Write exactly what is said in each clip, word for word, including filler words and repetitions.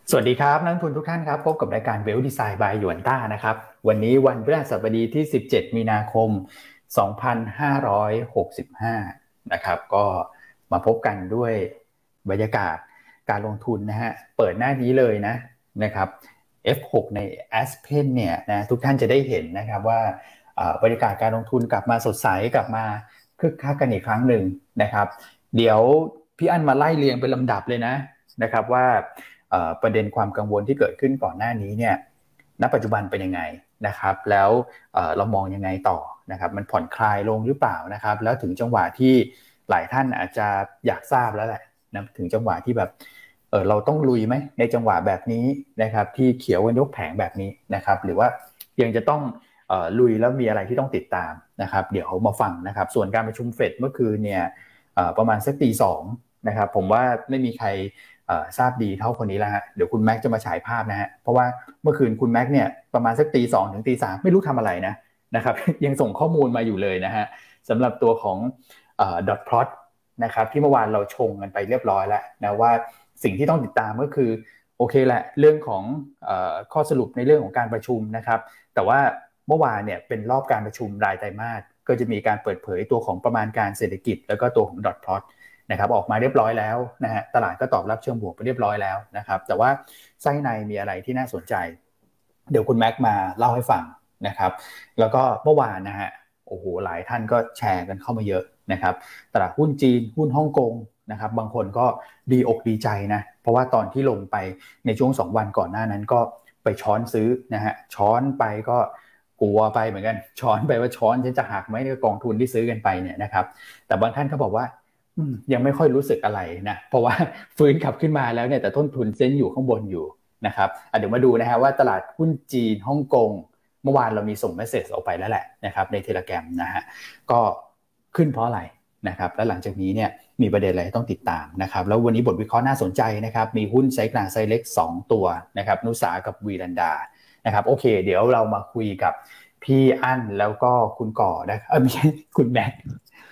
สวัสดีครับนักลงทุนทุกท่านครับพบกับรายการ Wealth Design by หยวนต้านะครับวันนี้วันพฤหัสบดีที่สิบเจ็ดมีนาคมสองพันห้าร้อยหกสิบห้านะครับก็มาพบกันด้วยบรรยากาศการลงทุนนะฮะเปิดหน้านี้เลยนะนะครับ เอฟ หก ใน Aspen เนี่ยนะทุกท่านจะได้เห็นนะครับว่าบรรยากาศการลงทุนกลับมาสดใสกลับมาคึกคักกันอีกครั้งหนึ่งนะครับเดี๋ยวพี่อั้นมาไล่เรียงเป็นลำดับเลยนะนะครับว่าประเด็นความกังวลที่เกิดขึ้นก่อนหน้านี้เนี่ยณปัจจุบันเป็นยังไงนะครับแล้วเรามองยังไงต่อนะครับมันผ่อนคลายลงหรือเปล่านะครับแล้วถึงจังหวะที่หลายท่านอาจจะอยากทราบแล้วแหละนะถึงจังหวะที่แบบเออเราต้องลุยไหมในจังหวะแบบนี้นะครับที่เขียวกันยกแผงแบบนี้นะครับหรือว่ายังจะต้องเอ่อลุยแล้วมีอะไรที่ต้องติดตามนะครับเดี๋ยวมาฟังนะครับส่วนการประชุมเฟดเมื่อคืนเนี่ยประมาณสักตีสองนะครับผมว่าไม่มีใครทราบดีเท่าคนนี้แล้วฮะเดี๋ยวคุณแม็กจะมาฉายภาพนะฮะเพราะว่าเมื่อคืนคุณแม็กเนี่ยประมาณสักตีสองถึงตีสามไม่รู้ทำอะไรนะนะครับ ยังส่งข้อมูลมาอยู่เลยนะฮะสำหรับตัวของเอ่อ dot plot นะครับที่เมื่อวานเราชงกันไปเรียบร้อยแล้วนะว่าสิ่งที่ต้องติดตามก็คือโอเคแหละเรื่องของเอ่อข้อสรุปในเรื่องของการประชุมนะครับแต่ว่าเมื่อวานเนี่ยเป็นรอบการประชุมรายไตรมาสก็จะมีการเปิดเผยตัวของประมาณการเศรษฐกิจแล้วก็ตัวของ dot plotนะครับออกมาเรียบร้อยแล้วนะฮะตลาดก็ตอบรับเชิงบวกไปเรียบร้อยแล้วนะครับแต่ว่าไส้ในมีอะไรที่น่าสนใจเดี๋ยวคุณแม็กมาเล่าให้ฟังนะครับแล้วก็เมื่อวานนะฮะโอ้โหหลายท่านก็แชร์กันเข้ามาเยอะนะครับตลาดหุ้นจีนหุ้นฮ่องกงนะครับบางคนก็ดีอกดีใจนะเพราะว่าตอนที่ลงไปในช่วงสองวันก่อนหน้านั้นก็ไปช้อนซื้อนะฮะช้อนไปก็กลัวไปเหมือนกันช้อนไปว่าช้อนฉันจะหักไหมในกองทุนที่ซื้อกันไปเนี่ยนะครับแต่บางท่านก็บอกว่ายังไม่ค่อยรู้สึกอะไรนะเพราะว่าฟื้นขับขึ้นมาแล้วเนี่ยแต่ต้นทุนเซ็นอยู่ข้างบนอยู่นะครับเดี๋ยวมาดูนะฮะว่าตลาดหุ้นจีนฮ่องกงเมื่อวานเรามีส่งเมสเสจออกไปแล้วแหละนะครับใน Telegram นะฮะก็ขึ้นเพราะอะไรนะครับแล้วหลังจากนี้เนี่ยมีประเด็นอะไรต้องติดตามนะครับแล้ววันนี้บทวิเคราะห์น่าสนใจนะครับมีหุ้นไซส์กลางไซส์เล็กสองตัวนะครับนุสากับวีรันดานะครับโอเคเดี๋ยวเรามาคุยกับพี่อั้นแล้วก็คุณก่อนะเออไม่ใช่คุณแม็ก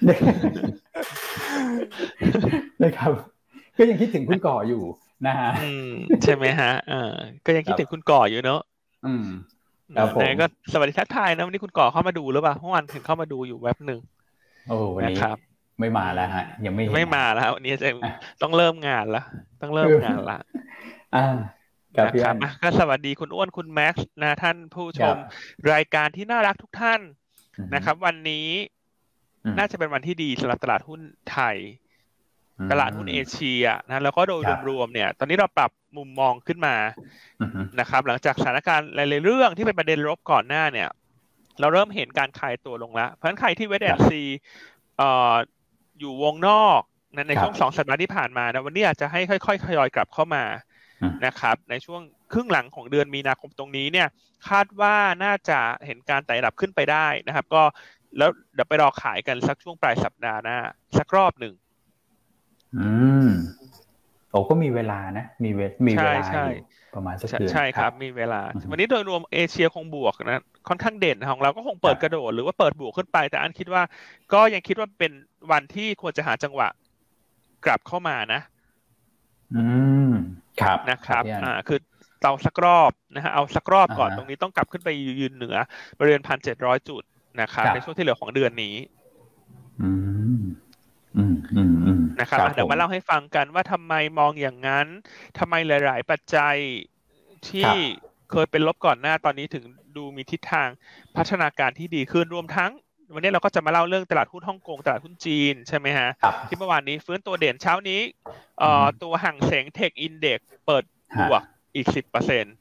นะครับก็ยังคิดถึงคุณก่ออยู่นะฮะใช่ไหมฮะเออก็ยังคิดถึงคุณก่ออยู่เนอะอืมครับผมก็สวัสดีทักทายนะวันนี้คุณก่อเข้ามาดูหรือเปล่าเมื่อวานถึงเข้ามาดูอยู่แวบหนึ่งโอ้วันนี้ไม่มาแล้วฮะยังไม่ไม่มาแล้ววันนี้จะต้องเริ่มงานแล้วต้องเริ่มงานละอ่านะครับก็สวัสดีคุณอ้วนคุณแม็กซ์นะท่านผู้ชมรายการที่น่ารักทุกท่านนะครับวันนี้น่าจะเป็นวันที่ดีสำหรับตลาดหุ้นไทยตลาดหุ้นเอเชียนะแล้วก็โดยรวมๆเนี่ยตอนนี้เราปรับมุมมองขึ้นมานะครับหลังจากสถานการณ์หลายๆเรื่องที่เป็นประเด็นลบก่อนหน้าเนี่ยเราเริ่มเห็นการคลายตัวลงแล้วเพราะฉะนั้นใครที่เวทแอนซีเอ่ออยู่วงนอกในช่วงสองสัปดาห์ที่ผ่านมานะวันนี้อาจจะให้ค่อยๆทยอยกลับเข้ามานะครับในช่วงครึ่งหลังของเดือนมีนาคมตรงนี้เนี่ยคาดว่าน่าจะเห็นการไต่ระดับขึ้นไปได้นะครับก็แล้วเดี๋ยวไปรอขายกันสักช่วงปลายสัปดาห์หน้าสักรอบหนึ่งอืมโอ้ก็มีเวลานะมีเวมีเวลาอยู่ประมาณสักเดือนใช่ครับมีเวลาวันนี้โดยรวมเอเชียคงบวกนะค่อนข้างเด่นของเราก็คงเปิดกระโดดหรือว่าเปิดบวกขึ้นไปแต่อันคิดว่าก็ยังคิดว่าเป็นวันที่ควรจะหาจังหวะกลับเข้ามานะอืมครับนะครับอ่าคือเอาสักรอบนะฮะเอาสักรอบก่อนตรงนี้ต้องกลับขึ้นไปยืนเหนือบริเวณ หนึ่งพันเจ็ดร้อย จุดนะครับในช่วงที่เหลือของเดือนนี้อืมอืมอืมอืมนะครับเดี๋ยวมาเล่าให้ฟังกันว่าทำไมมองอย่างนั้นทำไมหลายๆปัจจัยที่เคยเป็นลบก่อนหน้าตอนนี้ถึงดูมีทิศทางพัฒนาการที่ดีขึ้นรวมทั้งวันนี้เราก็จะมาเล่าเรื่องตลาดหุ้นฮ่องกงตลาดหุ้นจีนใช่ไหมฮะที่เมื่อวานนี้ฟื้นตัวเด่นเช้านี้เอ่อตัวห่างเส็งเทคอินเด็กซ์เปิดบวกอีก สิบเปอร์เซ็นต์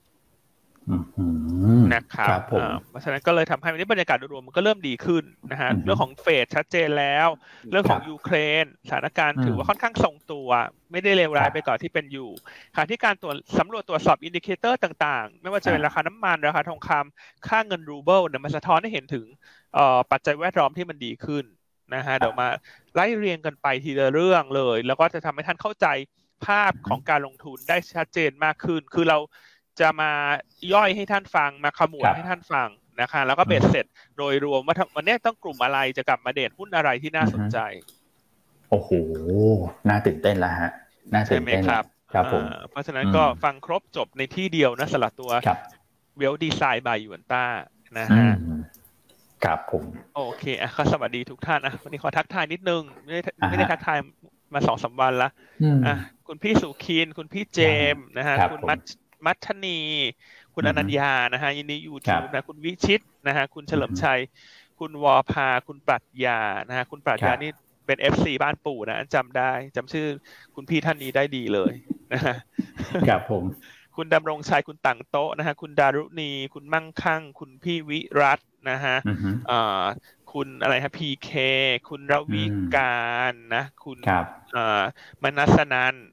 นะครับเพราะฉะนั้นก็เลยทำให้วันนี้บรรยากาศโดยรวมมันก็เริ่มดีขึ้นนะฮะเรื่องของเฟดชัดเจนแล้วเรื่องของยูเครนสถานการณ์ถือว่าค่อนข้างทรงตัวไม่ได้เลวร้ายไปกว่าที่เป็นอยู่ขณะที่การตรวจสำรวจตรวจสอบอินดิเคเตอร์ต่างๆไม่ว่าจะเป็นราคาน้ำมันราคาทองคำค่าเงินรูเบิลเนี่ยมันสะท้อนให้เห็นถึงปัจจัยแวดล้อมที่มันดีขึ้นนะฮะเดี๋ยวมาไล่เรียงกันไปทีละเรื่องเลยแล้วก็จะทำให้ท่านเข้าใจภาพของการลงทุนได้ชัดเจนมากขึ้นคือเราจะมาย่อยให้ท่านฟังมาขมวดให้ท่านฟังนะคะแล้วก็เบ็ดเสร็จโดยรวมว่าวันนี้ต้องกลุ่มอะไรจะกลับมาเด่นหุ้นอะไรที่น่าสนใจโอ้โหน่าตื่นเต้นแล้วฮะน่าตื่นเต้นครับครับผมเพราะฉะนั้นก็ฟังครบจบในที่เดียวนะสำหรับตัว Well Design by หยวนต้านะฮะครับผมโอเคอ่ะก็สวัสดีทุกท่านนะวันนี้ขอทักทายนิดนึงไม่ได้ไม่ได้ทักทายมาสองสามวันละอ่ะคุณพี่สุขินคุณพี่เจมนะฮะคุณมัชมัชนีคุณอนัญญานะฮะยินดียูทูบนะคุณวิชิตนะฮะคุณเฉลิมชัยคุณวอภาคุณปรัชญานะฮะคุณปรัชญานี่เป็น เอฟ ซี บ้านปู่นะจำได้จำชื่อคุณพี่ท่านนี้ได้ดีเลยนะฮะครับผมคุณดำรงชัยคุณต่างโต๊ะนะฮะคุณดารุณีคุณมั่งคั่งคุณพี่วิรัตน์นะฮะอ่าคุณอะไรฮะพีเคคุณรวิการนะคุณอ่ามนัสนัน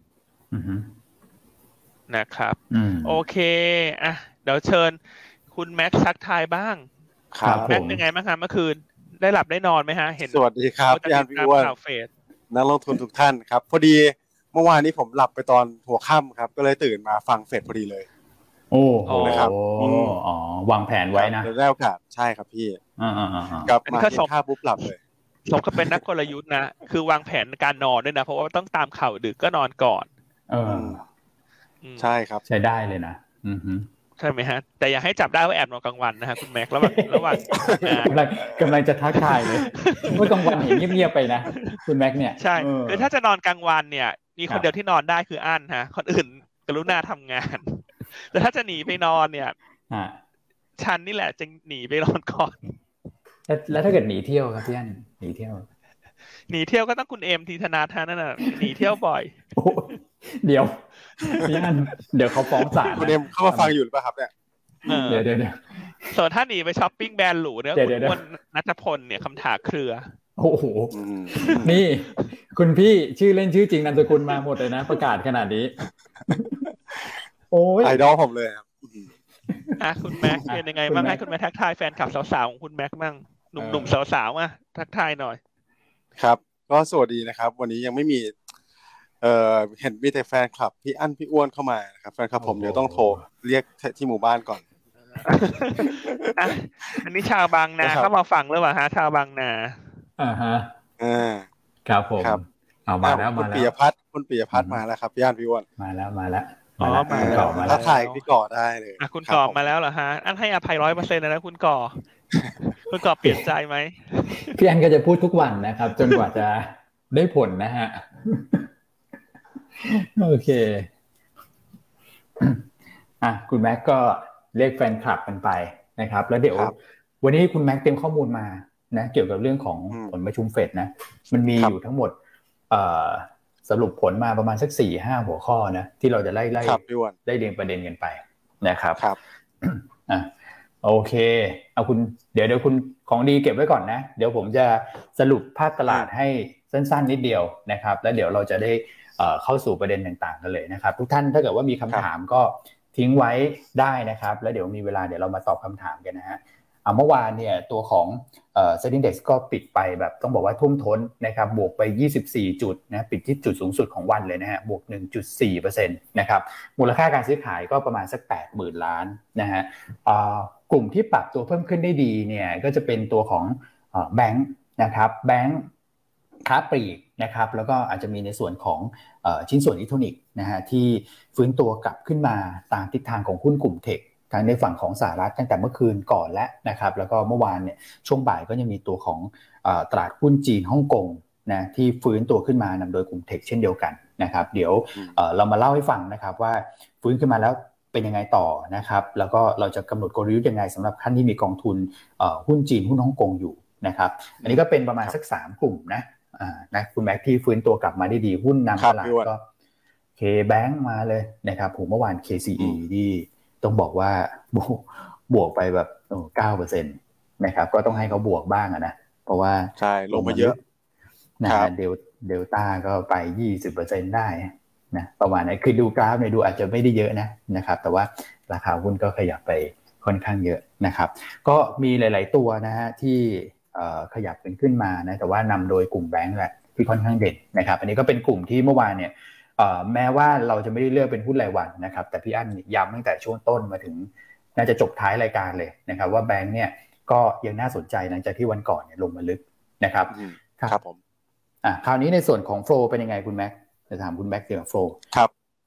นะครับโอเคอ่ะเดี๋ยวเชิญคุณแม็กซ์ทักทายบ้างแม็กซ์เป็นไงบ้างครับเมื่อคืนได้หลับได้นอนไหมฮะเห็นสวัสดีครับพี่อันพี่อ้วนนักลงทุนทุกท่านครับพอดีเมื่อวานนี้ผมหลับไปตอนหัวค่ำครับก็เลยตื่นมาฟังเฟดพอดีเลยโอ้โหนะครับอ๋อวางแผนไว้นะได้โอกาสใช่ครับพี่อ่าๆๆกลับมากินข้าวปุ๊บหลับเลยสมกับเป็นนักกลยุทธ์นะคือวางแผนการนอนด้วยนะเพราะว่าต้องตามข่าวดึกก็นอนก่อนเออใช่ครับใช้ได้เลยนะอือฮึใช่ไหมฮะแต่อย่าให้จับได้ว่าแอบนอนกลางวันนะฮะคุณแม็กระหว่างระหว่างกำลังกำลังจะทักทายเลยเมื่อกลางวันเห็นเงียบๆไปนะคุณแม็กเนี่ยใช่คือถ้าจะนอนกลางวันเนี่ยมีคนเดียวที่นอนได้คืออั้นฮะคนอื่นกรุณาทำงานแต่ถ้าจะหนีไปนอนเนี่ยฉันนี่แหละจะหนีไปนอนก่อนแล้วถ้าเกิดหนีเที่ยวครับพี่อันหนีเที่ยวหนีเที่ยวก็ต้องคุณเอ็มทีธนาธานั่นน่ะหนีเที่ยวบ่อยเดี๋ยวพี่อันเดี๋ยวเขาฟ้องศาลคุณเอ็มเข้ามาฟังอยู่หรือเปล่าครับเนี่ยเดี๋ยวเดี๋ยวส่วนถ้าหนีไปช้อปปิ้งแบรนด์หรูเนี่ยคุณอ้วนณัฐพลเนี่ยคำถาเครือโอ้โหนี่คุณพี่ชื่อเล่นชื่อจริงนามสกุลมาหมดเลยนะประกาศขนาดนี้โอ้ยไอดอลผมเลยครับอ่ะคุณแม็กเป็นยังไงบ้างให้คุณแม็กทักทายแฟนคลับสาวๆของคุณแม็กบ้างหนุ่มๆสาวๆมาทักทายหน่อยครับก็สวัสดีนะครับวันนี้ยังไม่มีเอ่อเห็นมีแต่แฟนคลับพี่อั้นพี่อ้วนเข้ามานะครับแฟนคลับผมเดี๋ยวต้องโทรเรียกที่หมู่บ้านก่อนอันนี้ชาวบางนาเข้ามาฟังหรือเปล่าฮะชาวบางนาอ่าฮะอ่าครับผมเอามาแล้วมาแล้วคุณปิยพัฒน์คุณปิยพัฒน์มาแล้วครับพี่อั้นพี่อ้วนมาแล้วมาแล้วอ๋อมาแล้วถ้าถ่ายพี่ก่อได้เลยอ่ะคุณก่อมาแล้วเหรอฮะอันให้อภัยร้อยเปอร์เซ็นต์นะคุณก่อคุณก่อเปลี่ยนใจไหมพี่อันก็จะพูดทุกวันนะครับจนกว่าจะได้ผลนะฮะโอเคอ่ะคุณแม็กก็เรียกแฟนคลับกันไปนะครับแล้วเดี๋ยววันนี้คุณแม็กเตรียมข้อมูลมานะเกี่ยวกับเรื่องของผลประชุมเฟดนะมันมีอยู่ทั้งหมดเอ่อสรุปผลมาประมาณสัก สี่ห้า หัวข้อนะที่เราจะไล่ไล่ได้เรียงประเด็นกันไปนะครับครับอ่ะโอเคเอาคุณเดี๋ยวเดี๋ยวคุณของดีเก็บไว้ก่อนนะเดี๋ยวผมจะสรุปภาพตลาดให้สั้นๆนิดเดียวนะครับแล้วเดี๋ยวเราจะได้เอ่อเข้าสู่ประเด็นต่างๆกันเลยนะครับทุกท่านถ้าเกิดว่ามีคำถามก็ทิ้งไว้ได้นะครับแล้วเดี๋ยวมีเวลาเดี๋ยวเรามาตอบคำถามกันนะฮะเอาเมื่อวานเนี่ยตัวของเอ่อ Set Index ก็ปิดไปแบบต้องบอกว่าทุ่มท้นนะครับบวกไปยี่สิบสี่จุดนะปิดที่จุดสูงสุดของวันเลยนะฮะบวก หนึ่งจุดสี่เปอร์เซ็นต์ นะครับมูลค่าการซื้อขายก็ประมาณสัก แปดหมื่น ล้านนะฮะเอ่อกลุ่มที่ปรับตัวเพิ่มขึ้นได้ดีเนี่ยก็จะเป็นตัวของเอ่อแบงค์นะครับแบงค์ค้าปลีกนะครับแล้วก็อาจจะมีในส่วนของเอ่อชิ้นส่วนอิเล็กทรอนิกส์นะฮะที่ฟื้นตัวกลับขึ้นมาตามทิศทางของหุ้นกลุ่มเทคทั้งในฝั่งของสหรัฐตั้งแต่เมื่อคืนก่อนแล้วนะครับแล้วก็เมื่อวานเนี่ยช่วงบ่ายก็ยังมีตัวของเอ่อตลาดหุ้นจีนฮ่องกงนะที่ฟื้นตัวขึ้นมานำโดยกลุ่มเทคเช่นเดียวกันนะครับเดี๋ยวเอ่อเรามาเล่าให้ฟังนะครับว่าฟื้นขึ้นมาแล้วเป็นยังไงต่อนะครับแล้วก็เราจะกำหนดกลยุทธ์ยังไงสำหรับท่านที่มีกองทุนเอ่อหุ้นจีนหุ้นฮ่องกงอยู่นะครับอันนี้ก็เป็นประมาณสักสามกลุ่มนะอ่านะคุณแม็กที่ฟื้นตัวกลับมาได้ดีหุ้นนำตลาดก็ K-Bank มาเลยนะครับผมเมื่อวาน เค ซี อี ที่ต้องบอกว่าบวกไปแบบ เก้าเปอร์เซ็นต์ นะครับก็ต้องให้เขาบวกบ้างอ่ะนะเพราะว่าใช่ลงมาเยอะนะเดลเดลต้าก็ไป ยี่สิบเปอร์เซ็นต์ ได้นะประมาณนั้นคือดูกราฟเนี่ยดูอาจจะไม่ได้เยอะนะนะครับแต่ว่าราคาหุ้นก็ขยับไปค่อนข้างเยอะนะครับก็มีหลายๆตัวนะฮะที่ขยับเป็นขึ้นมานะแต่ว่านำโดยกลุ่มแบงก์แหละที่ค่อนข้างเด่นนะครับอันนี้ก็เป็นกลุ่มที่เมื่อวานเนี่ยแม้ว่าเราจะไม่ได้เลือกเป็นหุ้นรายวันนะครับแต่พี่อั้นย้ำตั้งแต่ช่วงต้นมาถึงน่าจะจบท้ายรายการเลยนะครับว่าแบงก์เนี่ยก็ยังน่าสนใจหลังจากที่วันก่อนเนี่ยลงมาลึกนะครับครับผมอ่ะคราวนี้ในส่วนของโฟลว์เป็นยังไงคุณแม็กจะถามคุณแม็กเกี่ยวกับโฟลว์ครับ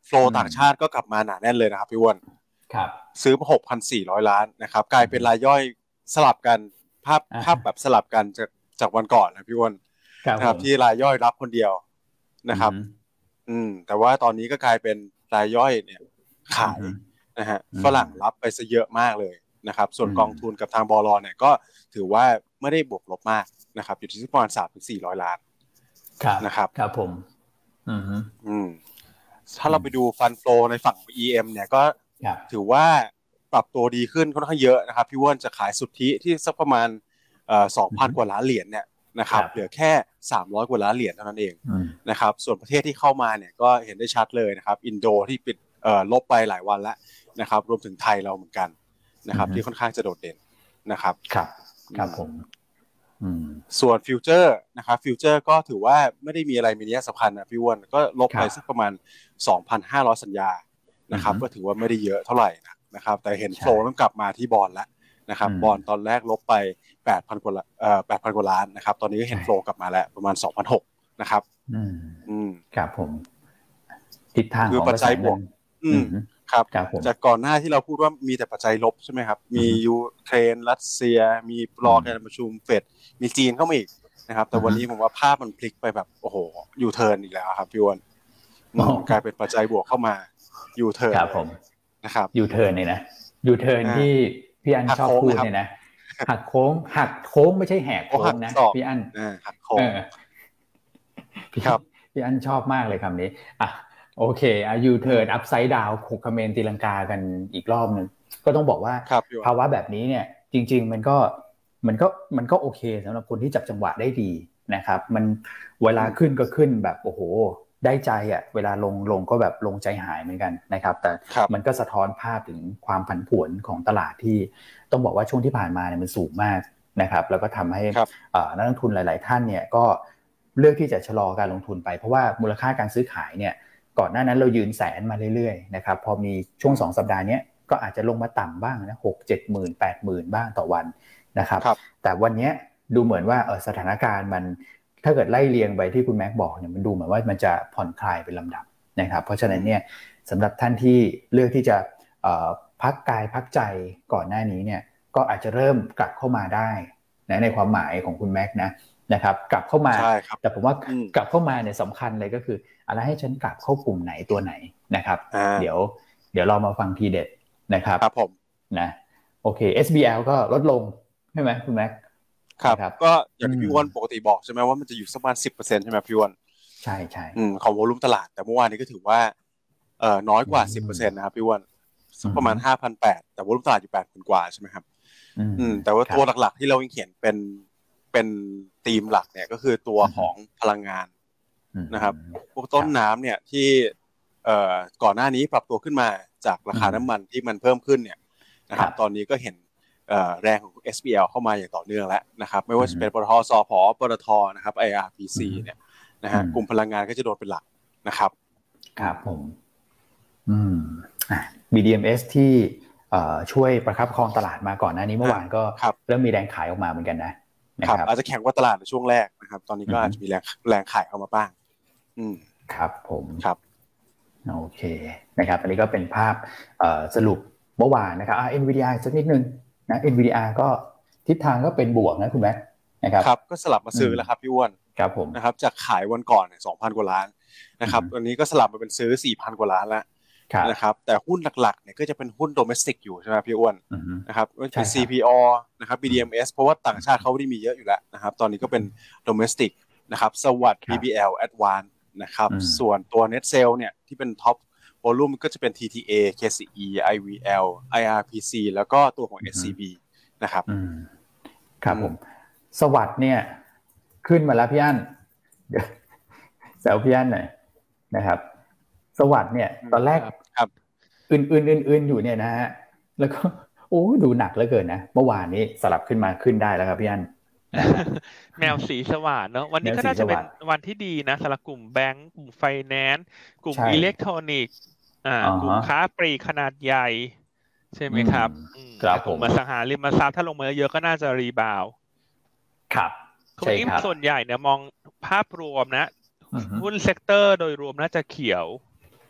โฟลต่างชาติก็กลับมาหนาแน่นเลยนะครับพี่อ้วนครับซื้อมา หกพันสี่ร้อย ล้านนะครับกลายเป็นรายย่อยสลับกันภาพภาพแบบสลับกันจากจากวันก่อนนะพี่อ้วนนะครับที่รายย่อยรับคนเดียวนะครับอืมแต่ว่าตอนนี้ก็กลายเป็นรายย่อยเนี่ยขายนะฮะฝรั่งรับไปซะเยอะมากเลยนะครับส่วนกองทุนกับทางบล.เนี่ยก็ถือว่าไม่ได้บวกลบมากนะครับอยู่ที่ประมาณ สามถึงสี่ร้อย ล้านนะครับครับผมอืมอืมถ้าเราไปดูฟันโฟลในฝั่ง อี เอ็ม เนี่ยก็ถือว่าปรับตัวดีขึ้นค่อนข้างเยอะนะครับพี่อ้วนจะขายสุทธิที่สักประมาณเอ่อ สองพัน กว่าล้านเหรียญเนี่ยนะครับเหลือแค่สามร้อยกว่าล้านเหรียญเท่านั้นเองนะครับส่วนประเทศที่เข้ามาเนี่ยก็เห็นได้ชัดเลยนะครับอินโดที่ปิดเอ่อลบไปหลายวันแล้วนะครับรวมถึงไทยเราเหมือนกันนะครับที่ค่อนข้างจะโดดเด่นนะครับครับครับผมส่วนฟิวเจอร์นะครับฟิวเจอร์ก็ถือว่าไม่ได้มีอะไรมีนัยสำคัญนะพี่อ้วนก็ลบไปสักประมาณ สองพันห้าร้อย สัญญานะครับก็ถือว่าไม่ได้เยอะเท่าไหร่นะครับแต่เห็นโฟลว์เริ่มกลับมาที่บอนด์แล้วนะครับบอนด์ตอนแรกลบไป แปดพัน กว่าเอ่อ แปดพัน กว่าล้านนะครับตอนนี้ก็เห็นโฟลว์กลับมาแล้วประมาณ สองพันหกร้อย นะครับอืมอืมครับผมทิศทางคือปัจจัยบวกอืมครับจากก่อนหน้าที่เราพูดว่ามีแต่ปัจจัยลบใช่ไหมครับมียูเครนรัสเซียมีรอการประชุมเฟดมีจีนเข้ามาอีกนะครับแต่วันนี้ผมว่าภาพมันพลิกไปแบบโอ้โหยูเทิร์นอีกแล้วครับพี่อ้วนกลายเป็นปัจจัยบวกเข้ามายูเทิร์นครับผมนะครับยูเทิร์นเนี่ยนะยูเทิร์นที่พี่อันชอบพูดเนี่ยนะหักโค้งหักโค้งไม่ใช่แหกโค้งนะพี่อันหักโค้งครับพี่อันชอบมากเลยคำนี้อ่ะโอเคอ่ะยูเทิร์นอัพไซด์ดาวน์ขุกเขมรตีลังกากันอีกรอบนึงก็ต้องบอกว่าภาวะแบบนี้เนี่ยจริงๆมันก็มันก็มันก็โอเคสำหรับคนที่จับจังหวะได้ดีนะครับมันเวลาขึ้นก็ขึ้นแบบโอ้โหได้ใจอ่ะเวลาลงลงก็แบบลงใจหายเหมือนกันนะครับแต่มันก็สะท้อนภาพถึงความผันผวนของตลาดที่ต้องบอกว่าช่วงที่ผ่านมาเนี่ยมันสูงมากนะครับแล้วก็ทำให้นักลงทุนหลายๆท่านเนี่ยก็เลือกที่จะชะลอการลงทุนไปเพราะว่ามูลค่าการซื้อขายเนี่ยก่อนหน้านั้นเรายืนแสนมาเรื่อยๆนะครับพอมีช่วงสองสัปดาห์นี้ก็อาจจะลงมาต่ำบ้างนะหก เจ็ดหมื่น แปดหมื่นบ้างต่อวันนะครับแต่วันนี้ดูเหมือนว่าเออสถานการณ์มันถ้าเกิดไล่เรียงไปที่คุณแม็กบอกเนี่ยมันดูเหมือนว่ามันจะผ่อนคลายเป็นลำดับนะครับเพราะฉะนั้นเนี่ยสำหรับท่านที่เลือกที่จะพักกายพักใจก่อนหน้านี้เนี่ยก็อาจจะเริ่มกลับเข้ามาได้นะในความหมายของคุณแม็กนะนะครับกลับเข้ามาแต่ผมว่ากลับเข้ามาเนี่ยสำคัญเลยก็คืออะไรให้ฉันกลับเข้ากลุ่มไหนตัวไหนนะครับเดี๋ยวเดี๋ยวเรามาฟังทีเด็ดนะครับครับผมนะโอเค เอส บี แอล ก็ลดลงใช่ไหมคุณแม็กครับก็อย่างที่พี่อ้วนปกติบอกใช่ไหมว่ามันจะอยู่สักประมาณ สิบเปอร์เซ็นต์ ใช่ไหมพี่อ้วนใช่ใช่ของโวลุ่มตลาดแต่เมื่อวานนี้ก็ถือว่าเอ่อน้อยกว่า สิบเปอร์เซ็นต์ นะครับพี่อ้วนสักประมาณ ห้าพันแปดร้อย แต่โวลุ่มตลาดอยู่ แปดพัน กว่าใช่ไหมครับอืมแต่ว่าตัวหลักๆที่เราเขียนเป็นเป็นธีมหลักเนี่ยก็คือตัวของพลังงานนะครับพวกต้นน้ำเนี่ยที่เอ่อก่อนหน้านี้ปรับตัวขึ้นมาจากราคาน้ำมันที่มันเพิ่มขึ้นเนี่ยนะครับตอนนี้ก็เห็นเอ่อแรงของ เอส บี แอล เข้ามาอย่างต่อเนื่องแล้วนะครับไม่ว่าจะเป็นปตท.สผ.ปตท.นะครับ ไอ อาร์ พี ซี เนี่ยนะฮะกลุ่มพลังงานก็จะโดนเป็นหลักนะครับครับผมอืมอ่ะ บี ดี เอ็ม เอส ที่เอ่อช่วยประคับครองตลาดมาก่อนหน้านี้เมื่อวานก็เริ่มมีแรงขายออกมาเหมือนกันนะครับอาจจะแข็งกว่าตลาดในช่วงแรกนะครับตอนนี้ก็อาจจะมีแรงแรงขายเข้ามาบ้างอืมครับผมครับโอเคนะครับอันนี้ก็เป็นภาพสรุปเมื่อวานนะครับอ่า Nvidia สักนิดนึงนะ Nvidia ก็ทิศทางก็เป็นบวกนะคุณแม่นะครับครับก็สลับมาซื้อแล้วครับพี่อ้วนครับผมนะครับจากขายวันก่อนเนี่ย สองพัน กว่าล้านนะครับวันนี้ก็สลับมาเป็นซื้อ สี่พัน กว่าล้านแล้วนะครับแต่หุ้นหลักๆเนี่ยก็จะเป็นหุ้นโดเมสติกอยู่ใช่ไหมพี่อ้วนนะครับก็เป็น ซี พี โอ นะครับ บี ดี เอ็ม เอส เพราะว่าต่างชาติเขาไม่ได้มีเยอะอยู่แล้วนะครับตอนนี้ก็เป็นโดเมสติกนะครับสวัสดิ์ บี บี แอล Advance นะครับส่วนตัว Net Sale เนี่ยที่เป็นท็อปวอลุ่มก็จะเป็น ที ที เอ เค ซี อี ไอ วี แอล ไอ อาร์ พี ซี แล้วก็ตัวของ เอส ซี บี นะครับครับผมสวัสดิ์เนี่ยขึ้นมาแล้วพี่อั้นแซวพี่อั้นหน่อยนะครับสวัสดิ์เนี่ยตอนแรกครับอื่นๆๆๆอยู่เนี่ยนะฮะแล้วก็โอ้ดูหนักเหลือเกินนะเมื่อวานนี้สลับขึ้นมาขึ้นได้แล้วครับพี่อั้นแมวสีสว่างเนอะวันนี้ก็น่าจะเป็นวันที่ดีนะสำหรับกลุ่มแบงก์กลุ่มไฟแนนซ์กลุ่มอิเล็กทรอนิกส์อ่ากลุ่มค้าปลีกขนาดใหญ่ใช่ไหมครับครับผมอสังหาริมทรัพย์ถ้าลงมาเยอะก็น่าจะรีบาวครับใช่ครับส่วนใหญ่เนี่ยมองภาพรวมนะหุ้นเซกเตอร์โดยรวมน่าจะเขียว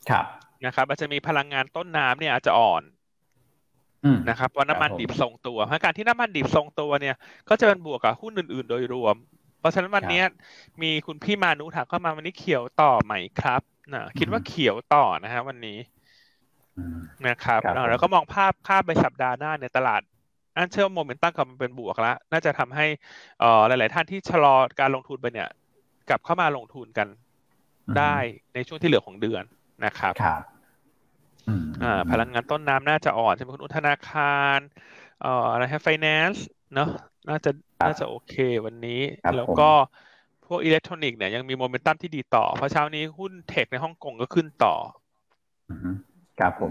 ครับนะครับอาจจะมีพลังงานต้นน้ำเนี่ยอาจจะอ่อนนะครับเพราะน้ำมันดิบทรงตัวเพราะการที่น้ำมันดิบทรงตัวเนี่ยก็จะเป็นบวกกับหุ้นอื่นๆโดยรวมเพราะฉะนั้นวันนี้มีคุณพี่มานุถามเข้ามาวันนี้เขียวต่อไหมครับนะคิดว่าเขียวต่อนะฮะวันนี้นะครับแล้วก็มองภาพภาพไปสัปดาห์หน้าในตลาดอันเชื่อโมเมนตัมกลับมาเป็นบวกแล้วน่าจะทำให้เอ่อหลายๆท่านที่ชะลอการลงทุนไปเนี่ยกลับเข้ามาลงทุนกันได้ในช่วงที่เหลือของเดือนนะครับครับอ่าพลังงานต้นน้ำน่าจะอ่อนใช่ไหมคุณอุธนาคารเอ่ออะไรฮะไฟแนนซ์เนาะน่าจะน่าจะโอเควันนี้แล้วก็พวกอิเล็กทรอนิกส์เนี่ยยังมีโมเมนตัมที่ดีต่อเพราะเช้านี้หุ้นเทคในฮ่องกงก็ขึ้นต่อครับผม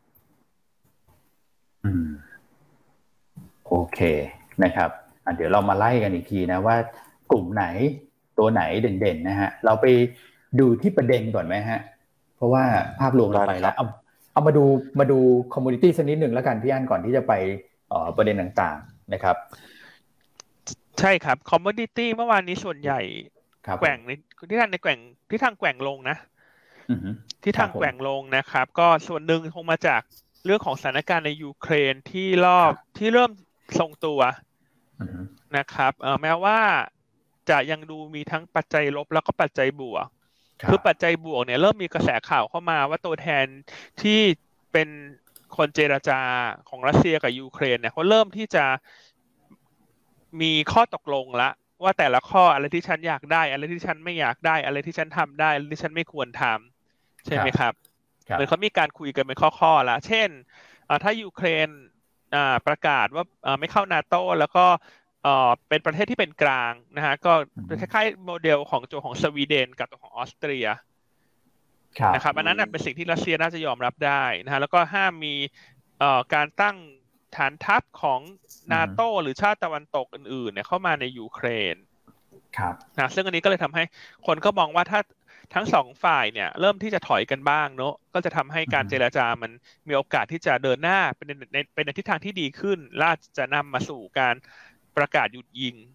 อืมโอเคนะครับเดี๋ยวเรามาไล่กันอีกทีนะว่ากลุ่มไหนตัวไหนเด่นๆนะฮะเราไปดูที่ประเด็นก่อนไหมฮะเพราะว่าภาพรวมเราไปแล้วเอาเอามาดูมาดูคอมมูนิตี้สักนิดหนึ่งแล้วกันพี่อั้นก่อนที่จะไปเอ่อประเด็นต่างๆนะครับใช่ครับคอมมูนิตี้เมื่อวานนี้ส่วนใหญ่แกว่งในที่ทางในแกว่งที่ทางแกว่งลงนะที่ทางแกว่งลงนะครับก็ส่วนหนึ่งคงมาจากเรื่องของสถานการณ์ในยูเครนที่รอบที่เริ่มทรงตัวนะครับเอ่อแม้ว่าจะยังดูมีทั้งปัจจัยลบแล้วก็ปัจจัยบวกคือปัจจัยบวกเนี่ยเริ่มมีกระแสข่าวเข้ามาว่าตัวแทนที่เป็นคนเจรจาของรัสเซียกับยูเครนเนี่ยเขาเริ่มที่จะมีข้อตกลงละว่าแต่ละข้ออะไรที่ฉันอยากได้อะไรที่ฉันไม่อยากได้อะไรที่ฉันทำได้อะไรที่ฉันไม่ควรทำใช่ไหมครับเหมือนเขามีการคุยกันเป็นข้อๆละเช่นถ้ายูเครนประกาศว่าไม่เข้านาโต้แล้วก็เป็นประเทศที่เป็นกลางนะฮะก็คล้ายๆโมเดลของตัวของสวีเดนกับตัวของออสเตรียนะครับอันนั้นเป็นสิ่งที่รัสเซียน่าจะยอมรับได้นะฮะแล้วก็ห้ามมีการตั้งฐานทัพของนาโต้หรือชาติตะวันตกอื่นๆเนี่ยเข้ามาในยูเครนนะซึ่งอันนี้ก็เลยทำให้คนก็มองว่าถ้าทั้งสองฝ่ายเนี่ยเริ่มที่จะถอยกันบ้างเนอะก็จะทำให้การเจรจามันมีโอกาสที่จะเดินหน้าเป็นในเป็นในทิศทางที่ดีขึ้นและจะนำมาสู่การประกาศหยุดยิง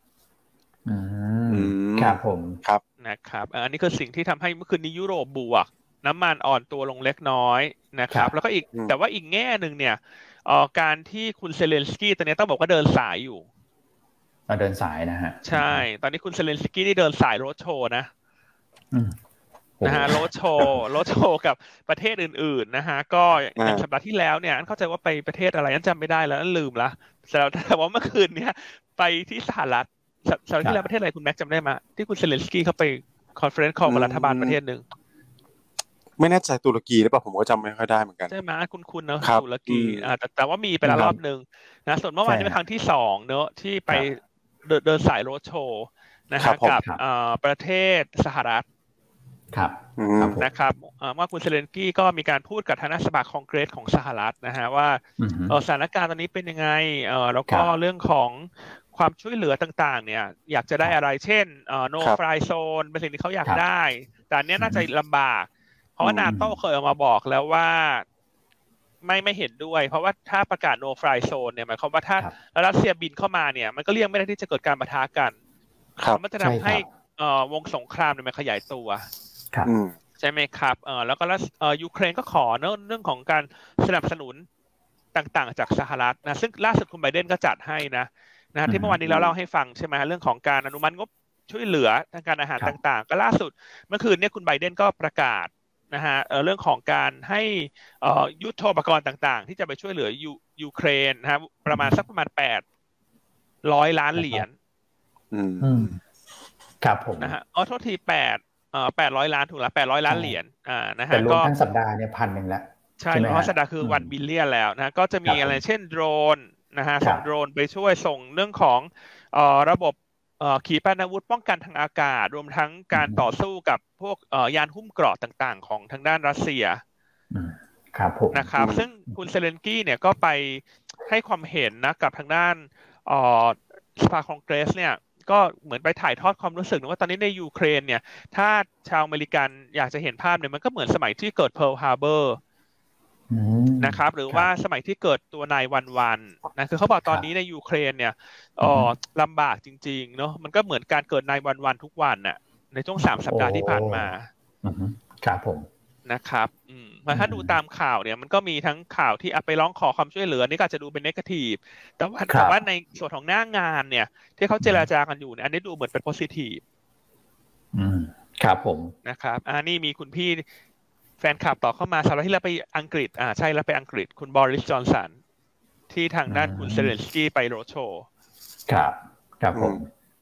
ครับผมครับนะครับอันนี้คือสิ่งที่ทำให้เมื่อคืนนี้ยุโรปบวกน้ำมันอ่อนตัวลงเล็กน้อยนะครับแล้วก็อีกแต่ว่าอีกแง่หนึ่งเนี่ยการที่คุณเซเลนสกี้ตอนนี้ต้องบอกว่าเดินสายอยู่เดินสายนะฮะใช่ตอนนี้คุณเซเลนสกี้นี่เดินสายโรดโชว์นะนะฮะโรดโชว์โรดโชว์กับประเทศอื่นๆนะฮะก็อย่างสัปดาห์ที่แล้วเนี่ยอันเข้าใจว่าไปประเทศอะไรอันจำไม่ได้แล้วอันลืมละแต่ว่าเมื่อคืนเนี่ยไปที่สหรัฐสัปดาห์ที่แล้วประเทศอะไรคุณแม็กจำได้ไหมที่คุณเซเลนสกี้เขาไปคอนเฟอเรนซ์คอลกับรัฐบาลประเทศหนึ่งไม่แน่ใจตุรกีหรือเปล่าผมก็จำไม่ค่อยได้เหมือนกันใช่ไหมคุณคุณเนอะตุรกีอ่าแต่แต่ว่ามีไปแล้วรอบนึงนะส่วนเมื่อวานนี้เป็นครั้งที่สองเนอะที่ไปเดินสายโรดโชว์นะฮะกับประเทศสหรัฐครับนะครับว่าคุณเซเลนสกี้ก็มีการพูดกับทางสภาคองเกรสของสหรัฐนะฮะว่าสถานการณ์ตอนนี้เป็นยังไงแล้วก็เรื่องของความช่วยเหลือต่างๆเนี่ยอยากจะได้อะไรเช่น no fly zone เป็นสิ่งที่เขาอยากได้แต่เนี้ยน่าจะลำบากเพราะว่านาโต้เคยออกมาบอกแล้วว่าไม่ไม่เห็นด้วยเพราะว่าถ้าประกาศ no fly zone เนี่ยหมายความว่าถ้ารัสเซียบินเข้ามาเนี่ยมันก็เลี่ยงไม่ได้ที่จะเกิดการปะทะกันมันจะทำให้วงสงครามเนี่ยมันขยายตัวใช่ไหมครับแล้วก็ยูเครนก็ขอเรื่องเรื่องของการสนับสนุนต่างๆจากสหรัฐนะซึ่งล่าสุดคุณไบเดนก็จัดให้นะนะที่เมื่อวานนี้เราเล่าให้ฟังใช่ไหมเรื่องของการอนุมัติงบช่วยเหลือทางการอาหารต่างๆก็ล่าสุดเมื่อคืนนี้คุณไบเดนก็ประกาศนะฮะเรื่องของการให้ยุทโธปกรณ์ต่างๆที่จะไปช่วยเหลือยูยูเครนนะครับประมาณสักประมาณแปดร้อยล้านเหรียญครับผมนะฮะอ๋อโทษทีแปดเอ่อแปดร้อยล้านถูกละแปดร้อยล้านเหรียญอ่านะฮะแต่รวมทั้งสัปดาห์เนี่ยพันหนึ่งแล้วใช่เพราะสัปดาห์คือวันบิลเลียนแล้วนะก็จะมีอะไรเช่นโดรนนะฮะส่งโดรนไปช่วยส่งเรื่องของเอ่อระบบเอ่อขีปนาวุธป้องกันทางอากาศรวมทั้งการต่อสู้กับพวกเอ่อยานหุ้มเกราะต่างๆของทางด้านรัสเซียครับผมนะครับซึ่งคุณเซเลนสกี้เนี่ยก็ไปให้ความเห็นนะกับทางด้านเอ่อสภาคองเกรสเนี่ยก็เหมือนไปถ่ายทอดความรู้สึกว่าตอนนี้ในยูเครนเนี่ยถ้าชาวอเมริกันอยากจะเห็นภาพเนี่ยมันก็เหมือนสมัยที่เกิดเพิร์ลฮาร์เบอร์นะครับหรือว่าสมัยที่เกิดตัวนายวันวันนะคือเขาบอกตอนนี้ในยูเครนเนี่ยอ๋อลำบากจริงๆเนาะมันก็เหมือนการเกิดนายวันวันทุกวันน่ะในช่วงสามสัปดาห์ที่ผ่านมาครับผมนะครับอืมถ้าดูตามข่าวเนี่ยมันก็มีทั้งข่าวที่ไปร้องขอความช่วยเหลือนี่ก็จะดูเป็นเนกาทีฟแต่ว่าแต่ว่าในส่วนของหน้างานเนี่ยที่เขาเจรจากันอยู่เนี่ยอันนี้ดูเหมือนเป็นโพซิทีฟอืมครับผมนะครับอ่านี่มีคุณพี่แฟนคลับต่อเข้ามาสำหรับที่เราไปอังกฤษอ่าใช่แล้วไปอังกฤษคุณบอริสจอนสันที่ทางด้านคุณเซเลนสกี้ไปโรดโชว์ครับครับผม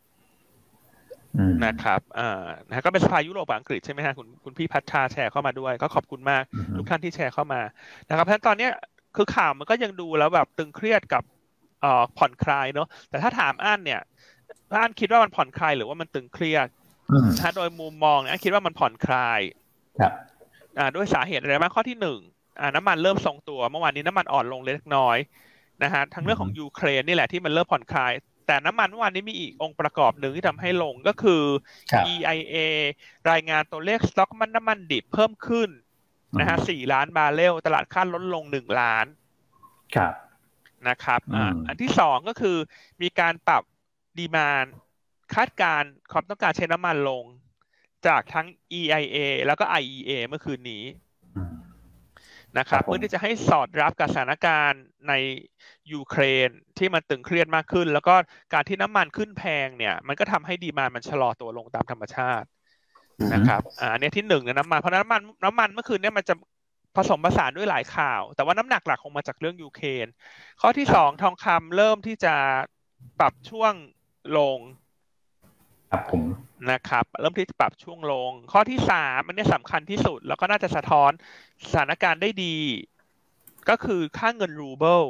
นะครับอ่านะก็เป็นสภายุโรปอังกฤษใช่ไหมฮะคุณคุณพี่พัชชาแชร์เข้ามาด้วยก็ขอบคุณมากทุกท่านที่แชร์เข้ามานะครับเพราะฉะนั้นตอนนี้คือข่าวมันก็ยังดูแล้วแบบตึงเครียดกับเอ่อผ่อนคลายเนอะแต่ถ้าถามอั้นเนี่ยอั้นคิดว่ามันผ่อนคลายหรือว่ามันตึงเครียดถ้าโดยมุมมองอั้นคิดว่ามันผ่อนคลายครับอ่าด้วยสาเหตุอะไรบ้างข้อที่หนึ่งอ่าน้ำมันเริ่มทรงตัวเมื่อวานนี้น้ำมันอ่อนลงเล็กน้อยนะฮะทั้งเรื่องของยูเครนนี่แหละที่มันเริ่มผ่อนคลายแต่น้ำมันเมื่อวานนี้มีอีกองค์ประกอบหนึ่งที่ทำให้ลงก็คือ อี ไอ เอ รายงานตัวเลขสต็อกมันน้ำมันดิบเพิ่มขึ้นนะฮะสี่ล้านบาร์เรลตลาดคาดลดลงหนึ่งล้านครับนะครับอ่าอันที่สองก็คือมีการปรับดีมานด์คาดการความต้องการใช้น้ำมันลงจากทั้ง อี ไอ เอ แล้วก็ ไอ อี เอ เมื่อคืนนี้นะครับเพื่อที่จะให้สอดรับกับสถานการณ์ในยูเครนที่มันตึงเครียดมากขึ้นแล้วก็การที่น้ำมันขึ้นแพงเนี่ยมันก็ทำให้ดีมานด์มันชะลอตัวลงตามธรรมชาตินะครับอ่าอันนี้ที่หนึ่งเนี่ยน้ำมันเพราะน้ำมันน้ำมันเมื่อคืนเนี่ยมันจะผสมผสานด้วยหลายข่าวแต่ว่าน้ำหนักหลักคงมาจากเรื่องยูเครนข้อที่สองทองคำเริ่มที่จะปรับช่วงลงครับผมนะครับเริ่มที่จะปรับช่วงลงข้อที่สามอันนี้สำคัญที่สุดแล้วก็น่าจะสะท้อนสถานการณ์ได้ดีก็คือค่าเงินรูเบิล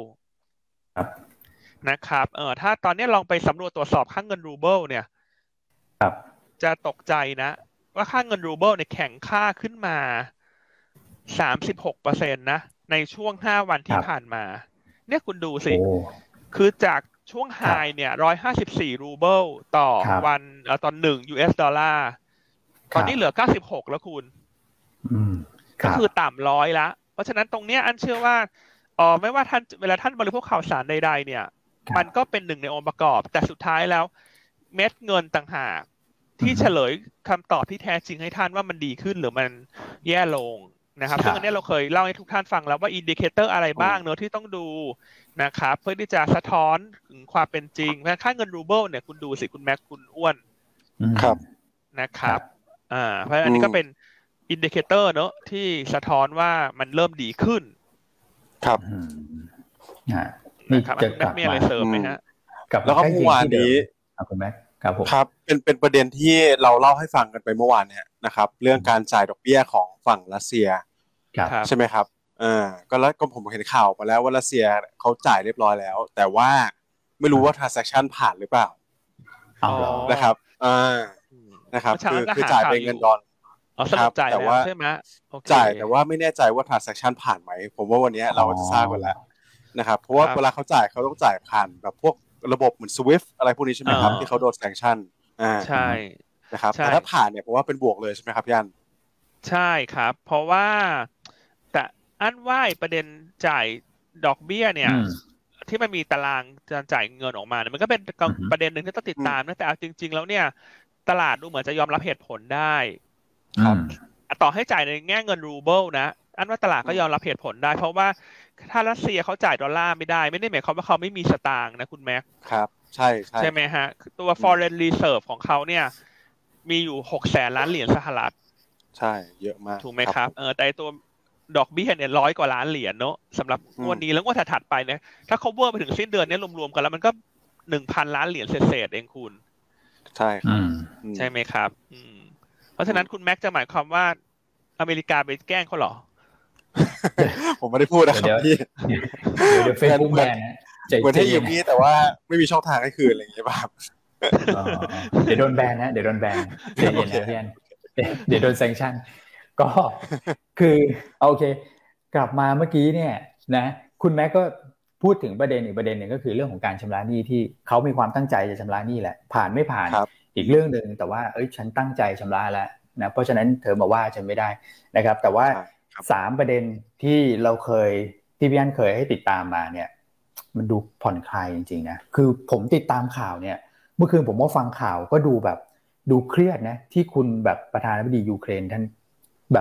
นะครับเออถ้าตอนนี้ลองไปสำรวจตรวจสอบค่าเงินรูเบิลเนี่ยจะตกใจนะว่าค่าเงินรูเบิลเนี่ยแข็งค่าขึ้นมา สามสิบหกเปอร์เซ็นต์ นะในช่วงห้าวันที่ผ่านมาเนี่ยคุณดูสิคือจากช่วงไฮเนี่ยหนึ่งร้อยห้าสิบสี่รูเบิลต่อวันเอ่อต่อหนึ่ง ยู เอส ดอลลาร์ตอนนี้เหลือเก้าสิบหกแล้วคุณก็คือต่ำร้อยละเพราะฉะนั้นตรงเนี้ยอันเชื่อว่าอ๋อไม่ว่าท่านเวลาท่านบริโภคข่าวสารใดๆเนี่ยมันก็เป็นหนึ่งในองค์ประกอบแต่สุดท้ายแล้วเม็ดเงินต่างหากที่เฉลยคำตอบที่แท้จริงให้ท่านว่ามันดีขึ้นหรือมันแย่ลงนะครับซึ่งอันนี้เราเคยเล่าให้ทุกท่านฟังแล้วว่าอินดิเคเตอร์อะไรบ้างเนอะที่ต้องดูนะครับเพื่อที่จะสะท้อนถึงความเป็นจริงเพราะค่าเงินรูเบิลเนี่ยคุณดูสิคุณแม็กคุณอ้วนครับนะครับอ่าเพราะอันนี้ก็เป็นอินดิเคเตอร์เนอะที่สะท้อนว่ามันเริ่มดีขึ้นครับนี่จะกลับมามีอะไรเสริมไหมฮะแล้วก็เมื่อวานนี้คุณแม็กครับผมครับเป็นเป็นประเด็นที่เราเล่าให้ฟังกันไปเมื่อวานเนี่ยนะครับเรื่องการจ่ายดอกเบี้ยของฝั่งรัสเซียใช่ไหมครับเออก็แล้วก็ผมเห็นข่าวมาแล้วว่ารัสเซียเขาจ่ายเรียบร้อยแล้วแต่ว่าไม่รู้ว่า transaction ผ่านหรือเปล่านะครับอ่านะครับคือคือจ่ายเป็นเงินดอลครับแต่ว่าใช่ไหมจ่ายแต่ว่าไม่แน่ใจว่า transaction ผ่านไหมผมว่าวันนี้เราจะทราบกันแล้วนะครับเพราะว่าเวลาเขาจ่ายเขาต้องจ่ายผ่านแบบพวกระบบเหมือน Swift อะไรพวกนี้ใช่ไหมครับที่เขาโดน sanction อ่าใช่นะครับแต่ถ้าผ่านเนี่ยผมว่าเป็นบวกเลยใช่ไหมครับพี่อันใช่ครับเพราะว่าแต่อันว่าประเด็นจ่ายดอกเบี้ยเนี่ยที่มันมีตารางการจ่ายเงินออกมาเนี่ยมันก็เป็นประเด็นหนึ่งที่ต้องติดตามนะแต่จริงๆแล้วเนี่ยตลาดดูเหมือนจะยอมรับเหตุผลได้ครับต่อให้จ่ายในแง่เงินรูเบิลนะอันว่าตลาดก็ยอมรับเหตุผลได้เพราะว่าถ้ารัสเซียเขาจ่ายดอลลาร์ไม่ได้ไม่ได้หมายความว่าเขาไม่มีสตางค์นะคุณแม็กครับใช่ใช่ใช่ไหมฮะตัว foreign reserve ของเขาเนี่ยมีอยู่หกแสนล้านเหรียญสหรัฐใช่เยอะมากถูกไหมครับเออแต่ตัวดอกเบี้ยเนี่ยร้อยกว่าล้านเหรียญเนอะสำหรับงวดนี้แล้วงวดถัดไปเนี่ยถ้า cover ไปถึงสิ้นเดือนเนี่ยรวมๆกันแล้วมันก็หนึ่งพันล้านเหรียญเศษๆเองคุณใช่ครับใช่ไหมครับอืมเพราะฉะนั้นคุณแม็กจะหมายความว่าอเมริกาไปแกล้งเขาหรอผมไม่ได้พูดนะครับพี่เดี๋ยวเฟซบุ๊กแบนนะเหมือนให้ยืมพี่แต่ว่าไม่มีช่องทางให้คืนอะไรอย่างเงี้ยป่ะครับเดี๋ยวโดนแบนนะเดี๋ยวโดนแบนเดี๋ยวเย็นนะพี่อันเดี๋ยวโดนแซงชั่นก็คือโอเคกลับมาเมื่อกี้เนี่ยนะคุณแม็กก็พูดถึงประเด็นอีกประเด็นหนึ่งก็คือเรื่องของการชำระหนี้ที่เขามีความตั้งใจจะชำระหนี้แหละผ่านไม่ผ่านอีกเรื่องนึงแต่ว่าเอ้ยฉันตั้งใจชำระแล้วนะเพราะฉะนั้นเธอมาว่าฉันไม่ได้นะครับแต่ว่าสามประเด็นที่เราเคยที่พี่อันเคยให้ติดตามมาเนี่ยมันดูผ่อนคลายจริงๆนะคือผมติดตามข่าวเนี่ยเมื่อคืนผมก็ฟังข่าวก็ดูแบบดูเครียดนะที่คุณแบบประธานาธิบดียูเครนท่านแบบ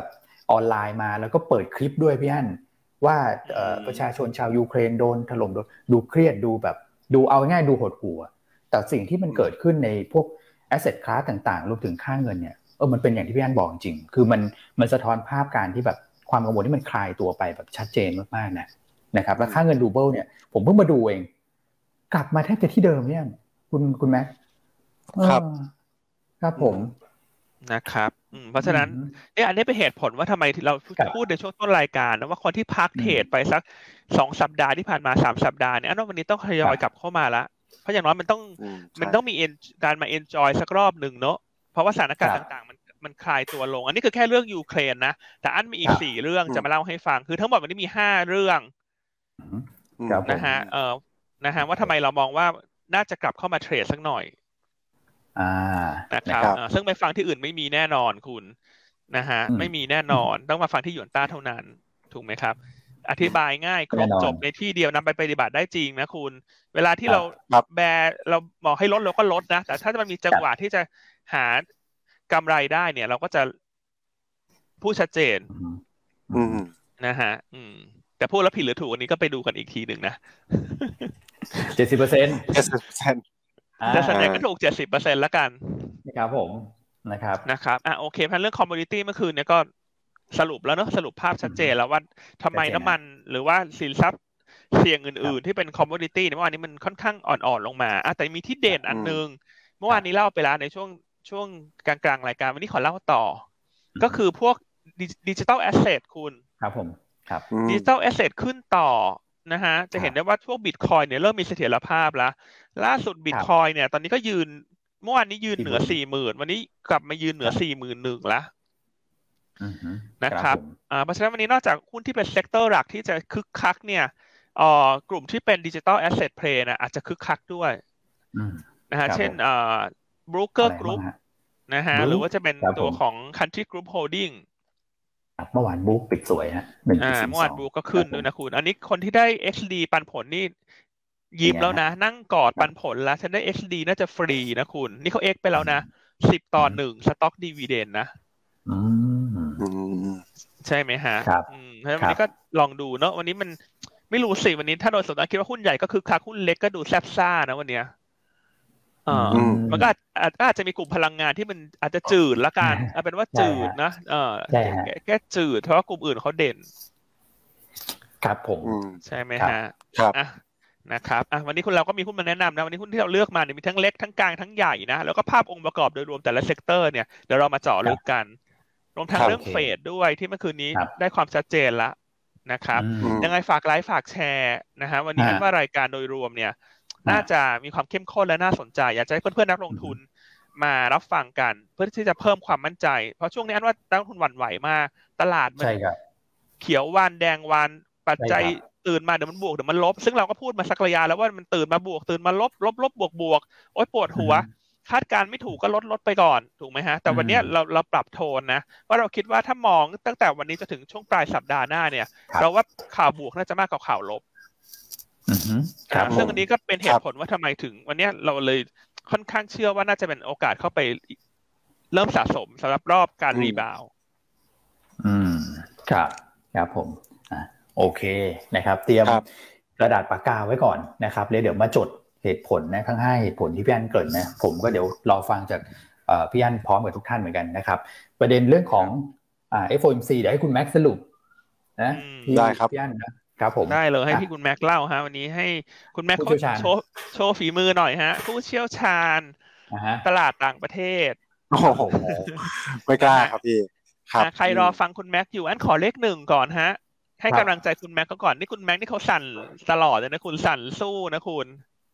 ออนไลน์มาแล้วก็เปิดคลิปด้วยพี่อั้นว่าประชาชนชาวยูเครนโดนถล่มดูเครียดดูแบบดูเอาง่ายดูหดหู่แต่สิ่งที่มันเกิดขึ้นในพวก asset class ต่างๆรวมถึงค่าเงินเนี่ยเออมันเป็นอย่างที่พี่อั้นบอกจริงคือมันมันสะท้อนภาพการที่แบบความกังวลที่มันคลายตัวไปแบบชัดเจนมากๆนะนะครับแล้วค่าเงินรูเบิลเนี่ยผมเพิ่งมาดูเองกลับมาแทบจะที่เดิมเนี่ยคุณคุณแม็กครับครับผมนะครับเพราะฉะนั้นเนี่ยอันนี้เป็นเหตุผลว่าทำไมเราพูดในช่วงต้นรายการนะว่าคนที่พักเทรดไปสักสองสัปดาห์ที่ผ่านมาสามสัปดาห์เนี่ยอันนั้นวันนี้ต้องทยอยกลับเข้ามาละเพราะอย่างน้อยมันต้องมันต้องมีการมาเอนจอยสักรอบหนึ่งเนาะเพราะว่าสถานการณ์ต่างๆมันมันคลายตัวลงอันนี้คือแค่เรื่องยูเครนนะแต่อันมีอีกสี่เรื่องจะมาเล่าให้ฟังคือทั้งหมดวันนี้มีห้าเรื่องนะฮะเออนะฮะว่าทำไมเรามองว่าน่าจะกลับเข้ามาเทรดสักหน่อยอ่านะครับซึ่งไปฟังที่อื่นไม่มีแน่นอนคุณนะฮะไม่มีแน่นอนต้องมาฟังที่หยวนต้าเท่านั้นถูกไหมครับอธิบายง่ายครบจบในที่เดียวนำไปปฏิบัติได้จริงนะคุณเวลาที่เราแบร์เราบอกให้ลดเราก็ลดนะแต่ถ้ามันมีจังหวะที่จะหากำไรได้เนี่ยเราก็จะพูดชัดเจนนะฮะแต่พูดแล้วผิดหรือถูกอันนี้ก็ไปดูกันอีกทีหนึ่งนะเจ็ดสิบเปอร์เซ็นต์เจ็ดสิบเปอร์เซ็นต์แต่ส่วนใหญ่ก็ถูก เจ็ดสิบเปอร์เซ็นต์ แล้วกันนะครับผมนะครับนะครับอ่ะโอเคพันเรื่องคอมมูนิตี้เมื่อคืนเนี่ยก็สรุปแล้วเนอะสรุปภาพชัดเจนแล้วว่าทำไมน้ำมันหรือว่าสินทรัพย์เสี่ยงอื่นๆที่เป็นคอมมูนิตี้เมื่อวานนี้มันค่อนข้างอ่อนๆลงมาอ่ะแต่มีที่เด่นอันนึงเมื่อวานนี้เล่าไปแล้วในช่วงช่วงกลางๆรายการวันนี้ขอเล่าต่อก็คือพวกดิจิทัลแอสเซทคุณครับผมครับดิจิทัลแอสเซทขึ้นต่อนะฮะจะเห็นได้ว่าพวก Bitcoin เนี่ยเริ่มมีเสถียรภาพแล้วล่าสุด Bitcoin เนี่ยตอนนี้ก็ยืนเมื่อวานนี้ยืนเหนือ สี่หมื่น วันนี้กลับมายืนเหนือ สี่หมื่นหนึ่งพัน แล้วนะครับอ่าเพราะฉะนั้นวันนี้นอกจากหุ้นที่เป็นเซกเตอร์หลักที่จะคึกคักเนี่ยเอ่อกลุ่มที่เป็น Digital Asset Play นะอาจจะคึกคักด้วยนะฮะเช่นเอ่อ Broker Group นะฮะหรือว่าจะเป็นตัวของ Country Group Holding เมื่อวานบุ๊กปิดสวยฮะอ่าเมื่อวานบุ๊กก็ขึ้นด้วยนะคุณอันนี้คนที่ได้ เอ็กซ์ ดี ปันผลนี่ยิ้มแล้วนะนั่งกอดปันผลแล้วฉันได้ เอ็กซ์ ดี น่าจะฟรีนะคุณนี่เขา X ไปแล้วนะสิบต่อหนึ่งสต็อกดีวีเดนนะอืมใช่ไหมฮะอืมแล้ววันนี้ก็ลองดูเนาะวันนี้มันไม่รู้สิวันนี้ถ้าโดยส่วนตัวคิดว่าหุ้นใหญ่ก็คือคักหุ้นเล็กก็ดูแซ่บซ่านะวันเนี้ยอ่ามันก็อาจจะมีกลุ่มพลังงานที่มันอาจจะจืดละกันเอาเป็นว่าจืดนะเออแค่จืดเพราะว่ากลุ่มอื่นเขาเด่นครับผมใช่ไหมฮะครับอ่ะนะครับอ่ะวันนี้คุณเราก็มีหุ้นมาแนะนำนะวันนี้หุ้นที่เราเลือกมาเนี่ยมีทั้งเล็กทั้งกลางทั้งใหญ่นะแล้วก็ภาพองค์ประกอบโดยรวมแต่ละเซกเตอร์เนี่ยเดี๋ยวเรามาเจาะลึกกันรวมทั้งเรื่องเฟดด้วยที่เมื่อคืนนี้ได้ความชัดเจนละนะครับยังไงฝากไลค์ฝากแชร์นะฮะวันนี้ว่ารายการโดยรวมเนี่ยน่าจะมีความเข้มข้นและน่าสนใจอยากจะให้เพื่อนๆนักลงทุนมารับฟังกันเพื่อที่จะเพิ่มความมั่นใจเพราะช่วงนี้อันว่านักลงทุนหวั่นไหวมากตลาดมันเขียววานแดงวานปัจจัยตื่นมาเดี๋ยวมันบวกเดี๋ยวมันลบซึ่งเราก็พูดมาสักระยะแล้วว่ามันตื่นมาบวกตื่นมาลบลบลบบวกบวกโอ๊ยปวดหัวคาดการไม่ถูกก็ลดลดไปก่อนถูกไหมฮะแต่วันนี้เราเราปรับโทนนะว่าเราคิดว่าถ้ามองตั้งแต่วันนี้จนถึงช่วงปลายสัปดาห์หน้าเนี่ยเราว่าข่าวบวกน่าจะมากกว่าข่าวลบซึ่งอันนี้ก็เป็นเหตุผลว่าทำไมถึงวันนี้เราเลยค่อนข้างเชื่อว่าน่าจะเป็นโอกาสเข้าไปเริ่มสะสมสำหรับรอบการรีบาวด์อืมครับครับผมอ่ะโอเคนะครับเตรียมกระดาษปากกาไว้ก่อนนะครับแล้วเดี๋ยวมาจดเหตุผลนะทั้งห้าเหตุผลที่พี่อั้นเกริ่นนะผมก็เดี๋ยวรอฟังจากพี่อั้นพร้อมกับทุกท่านเหมือนกันนะครับประเด็นเรื่องของอ่า เอฟ โอ เอ็ม ซี เดี๋ยวให้คุณแม็กซ์สรุปนะได้ครับพี่อั้นนะครับผมได้เลยให้พี่คุณแม็กซ์เล่าฮะวันนี้ให้คุณแม็กซ์โชว์โชว์ฝีมือหน่อยฮะผู้เชี่ยวชาญตลาดต่างประเทศโอ้โหไม่กล้าครับพี่ครับใครรอฟังคุณแม็กซ์อยู่อันขอเลขหนึ่งก่อนฮะให้กำลังใจคุณแม็กซ์เขาก่อนนี่คุณแม็กซ์นี่เขาสั่นตลอดเลยนะคุณสั่นสู้นะคุณ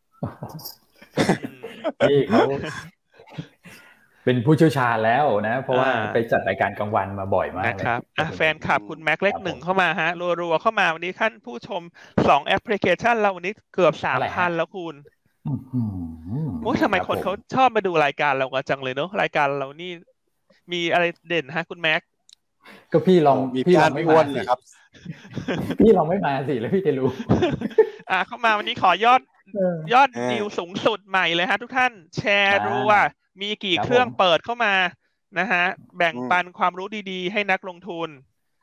นี่เขาเป็นผู้เชี่ยวชาญแล้วนะเพราะว่าไปจัดรายการกลางวันมาบ่อยมากนะครับอ่ะแฟนคลับคุณแม็กซ์เลขหนึ่งเข้ามาฮะรัวๆเข้ามาวันนี้ท่านผู้ชมสองแอปพลิเคชันเราวันนี้เกือบ สามพัน แล้วคุณโอ้ยทำไมคนเขาชอบมาดูรายการเรากันจังเลยเนอะรายการเรานี่มีอะไรเด่นฮะคุณแม็กซ์ก็พี่ลองพี่ลองไม่อ้วนเลยครับพี่ลองไม่มาสิแล้วพี่จะรู้อ่ะเข้ามาวันนี้ขอยอดยอดนิวสูงสุดใหม่เลยฮะทุกท่านแชร์รู้ว่ามีกี่เครื่องเปิดเข้ามานะฮะแบ่งปันความรู้ดีๆให้นักลงทุน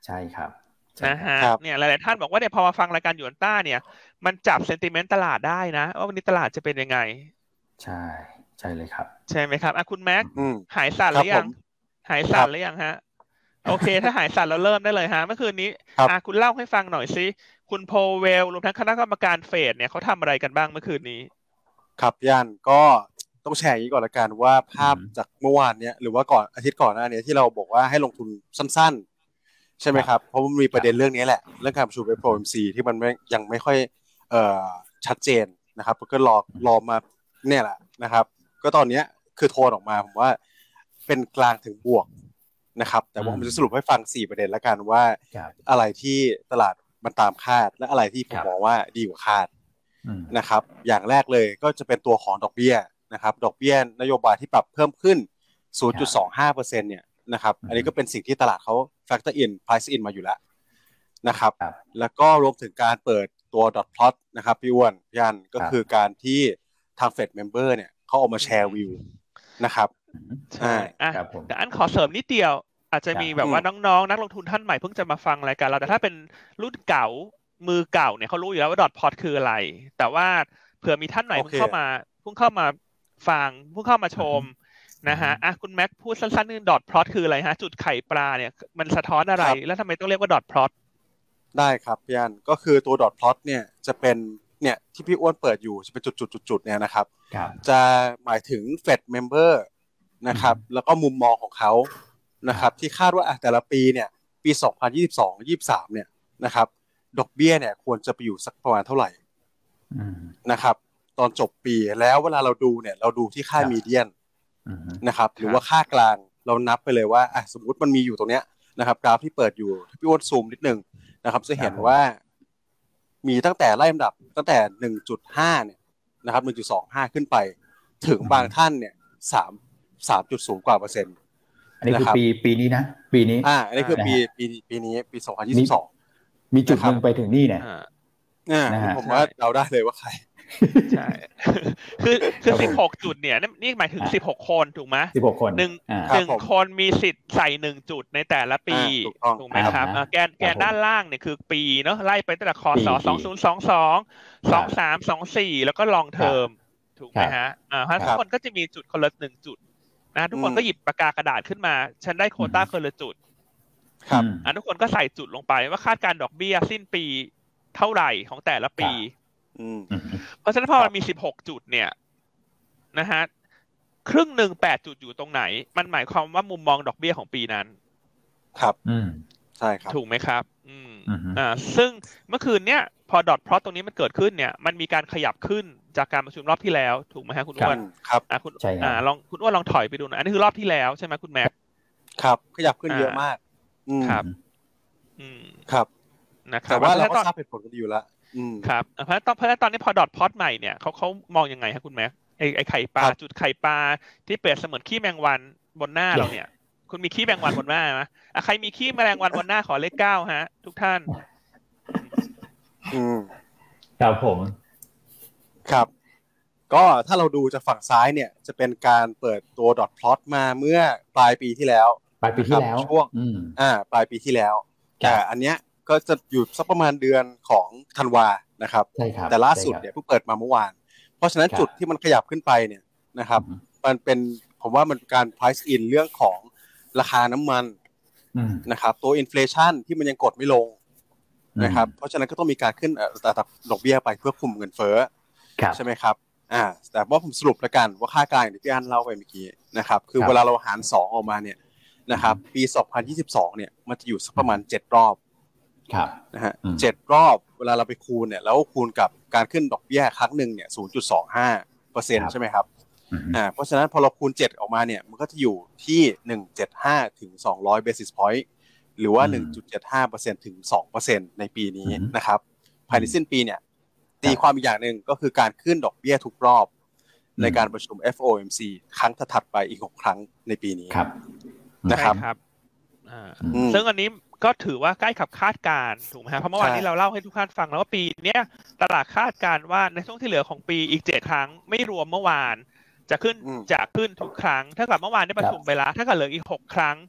ใช่ครับนะฮะเนี่ยหลายๆท่านบอกว่าเนี่ยพอมาฟังรายการหยวนต้าเนี่ยมันจับเซนติเมนต์ตลาดได้นะว่าวันนี้ตลาดจะเป็นยังไงใช่ใช่เลยครับใช่ไหมครับอ่ะคุณแม็กหายสั่นหรือยังหายสั่นหรือยังฮะโอเคถ้าหายสั่นเราเริ่มได้เลยฮะเมื่อคืนนี้อ่ะคุณเล่าให้ฟังหน่อยสิคุณโพเวลรวมทั้งคณะกรรมการเฟดเนี่ยเขาทำอะไรกันบ้างเมื่อคืนนี้ครับย่านก็ต้องแชร์อย่างนี้ก่อนละกันว่าภาพจากเมื่อวานเนี้ยหรือว่าก่อนอาทิตย์ก่อนหน้านี้ที่เราบอกว่าให้ลงทุนสั้นๆใช่ไหมครับเพราะมันมีประเด็นเรื่องนี้แหละเรื่องการประชุม เอฟ โอ เอ็ม ซี ที่มันยังไม่ค่อยเอ่อชัดเจนนะครับก็รอรอมาเนี่ยแหละนะครับก็ตอนนี้คือโทนออกมาผมว่าเป็นกลางถึงบวกนะครับแต่ว่าผมจะสรุปให้ฟังสี่ประเด็นละกันว่าอะไรที่ตลาดมันตามคาดและอะไรที่ผมมองว่าดีกว่าคาดนะครับอย่างแรกเลยก็จะเป็นตัวของดอกเบี้ยนะครับดอกเบี้ยนโยบายที่ปรับเพิ่มขึ้น ศูนย์จุดสองห้าเปอร์เซ็นต์ เนี่ยนะครับอันนี้ก็เป็นสิ่งที่ตลาดเขา factor in price in มาอยู่แล้วนะครับแล้วก็รวมถึงการเปิดตัว dot plot นะครับพี่อ้วนพี่อันก็คือการที่ทาง Fed member เนี่ยเขาออกมาแชร์วิวนะครับใช่อ่ะแต่อันขอเสริมนิดเดียวอาจจะมีแบบว่าน้องๆนักลงทุนท่านใหม่เพิ่งจะมาฟังรายการเราแต่ถ้าเป็นรุ่นเก่ามือเก่าเนี่ยเขารู้อยู่แล้วว่า dot plot คืออะไรแต่ว่าเผื่อมีท่านใหม่เพิ่งเข้ามาเพิ่งเข้ามาฟังเพิ่งเข้ามาชมนะฮะอ่ะคุณแม็กพูดสั้นๆนึง dot plot คืออะไรฮะจุดไข่ปลาเนี่ยมันสะท้อนอะไรแล้วทำไมต้องเรียกว่า dot plot ได้ครับพี่อันก็คือตัว dot plot เนี่ยจะเป็นเนี่ยที่พี่อ้วนเปิดอยู่จะเป็นจุดๆๆเนี่ยนะครับจะหมายถึง Fed member นะครับแล้วก็มุมมองของเขานะครับที่คาดว่าแต่ละปีเนี่ยปีสองพันยี่สิบสอง ยี่สิบสามเนี่ยนะครับดอกเบี้ยเนี่ยควรจะไปอยู่สักประมาณเท่าไหร่นะครับตอนจบปีแล้วเวลาเราดูเนี่ยเราดูที่ค่ามีเดียนนะครับหรือว่าค่ากลางเรานับไปเลยว่าอ่ะสมมุติมันมีอยู่ตรงเนี้ยนะครับกราฟที่เปิดอยู่พี่อ้วนซูมนิดนึงนะครับจะเห็นว่ามีตั้งแต่ไล่ลำดับตั้งแต่ หนึ่งจุดห้า เนี่ยนะครับ หนึ่งจุดสองห้า ขึ้นไปถึงบางท่านเนี่ยสาม สามจุดศูนย์ กว่าเปอร์เซ็นต์อันนี้คือปีปีนี้นะปีนี้อ่าอันนี้คือปีปีปีนี้ปีสองพันยี่สิบสองมีจุดนึงไปถึงนี่เนี่ยอ่าผมว่าเราได้เลยว่าใครใช่คือคือสิบหกจุดเนี่ยนี่หมายถึงสิบหกคนถูกไหมสิบหกคนหนึ่งหนึ่งคนมีสิทธิ์ใส่หนึ่งจุดในแต่ละปีถูกไหมครับแกนแกนด้านล่างเนี่ยคือปีเนาะไล่ไปตั้งแต่คศสองพันยี่สิบสอง สองพันสามสิบสอง สองพันยี่สิบสี่แล้วก็ลองเทอมถูกไหมฮะอ่าเพราะทุกคนก็จะมีจุดคนละหนึ่งจุดนะทุกคนก็หยิบปากกากระดาษขึ้นมาฉันได้โควต้าคนละจุดครับอ่าทุกคนก็ใส่จุดลงไปว่าคาดการดอกเบี้ยสิ้นปีเท่าไหร่ของแต่ละปีเพราะฉะนั้นพอมันมีสิบหกจุดเนี่ยนะฮะครึ่งหนึ่งแปดจุดอยู่ตรงไหนมันหมายความว่ามุมมองดอกเบี้ยของปีนั้นครับอืมใช่ครับถูกไหมครับอืมอ่าซึ่งเมื่อคืนเนี้ยพอดอทพลอตตรงนี้มันเกิดขึ้นเนี่ยมันมีการขยับขึ้นจากการประชุมรอบที่แล้วถูกไหมฮะคุณอ้วนครับอ่าคุณอ่าลองคุณอ้วนลองถอยไปดูหน่อยอันนี้คือรอบที่แล้วใช่ไหมคุณแม็กครับขยับขึ้นเยอะมากครับอืมครับนะครับแต่ว่าเราก็ทราบเหตุผลกันอยู่แล้วครับเพราะตอนเพราะตอนนี้พอดอทพลอตใหม่เนี่ยเขาเขามองยังไงครับคุณแม็กไอไอไข่ปลาจุดไข่ปลาที่เปรียบเสมือนขี้แมงวันบนหน้าเราเนี่ยคุณมีขี้แมงวันบนหน้าไหมอ่ะใครมีขี้แมลงวันบนหน้าขอเลขเก้าฮะทุกท่านอืมครับผมครับก็ถ้าเราดูจากฝั่งซ้ายเนี่ยจะเป็นการเปิดตัวดอทพลอตมาเมื่อปลายปีที่แล้วปลายปีที่แล้วช่วงอ่าปลายปีที่แล้วแต่อันเนี้ยก็จะอยู่สักประมาณเดือนของธันวานะครับแต่ล่าสุดเนี่ยเพิ่งเปิดมาเมื่อวานเพราะฉะนั้นจุดที่มันขยับขึ้นไปเนี่ยนะครับมันเป็นผมว่ามันการ price in เรื่องของราคาน้ำมันนะครับตัวอินเฟลชันที่มันยังกดไม่ลงนะครับเพราะฉะนั้นก็ต้องมีการขึ้นอัตราดอกเบี้ยไปเพื่อคุมเงินเฟ้อใช่ไหมครับอ่าแต่ว่าผมสรุปแล้วกันว่าค่ากลางอย่างที่พี่อันเล่าไปเมื่อกี้นะครับคือเวลาเราหารสองออกมาเนี่ยนะครับปีสองพันยี่สิบสองเนี่ยมันจะอยู่สักประมาณเจ็ดรอบครับนะฮะเจ็ดรอบเวลาเราไปคูณเนี่ยแล้วคูณกับการขึ้นดอกเบี้ยครั้งนึงเนี่ย ศูนย์จุดสองห้าเปอร์เซ็นต์ ใช่มั้ยครับอ่าเพราะฉะนั้นพอเราคูณเจ็ดออกมาเนี่ยมันก็จะอยู่ที่หนึ่งร้อยเจ็ดสิบห้าถึงสองร้อย basis point หรือว่า หนึ่งจุดเจ็ดห้าเปอร์เซ็นต์ ถึง สองเปอร์เซ็นต์ ในปีนี้นะครับภายในสิ้นปีเนี่ยตีความอีกอย่างนึงก็คือการขึ้นดอกเบี้ยทุกรอบในการประชุม เอฟ โอ เอ็ม ซี ครั้งถัดไปอีกหกครั้งในปีนี้นะครับอ่าซึ่งอันนี้ก็ถือว่าใกล้กับคาดการณ์ถูกไหมครับเพราะเมื่อวานนี้เราเล่าให้ทุกท่านฟังแล้วว่าปีนี้ตลาดคาดการณ์ว่าในช่วงที่เหลือของปีอีกเจ็ดครั้งไม่รวมเมื่อวานจะขึ้นจะขึ้นทุกครั้งถ้ากับเมื่อวานได้ประชุมไปแล้วถ้ากับเหลืออีกหกครั้ง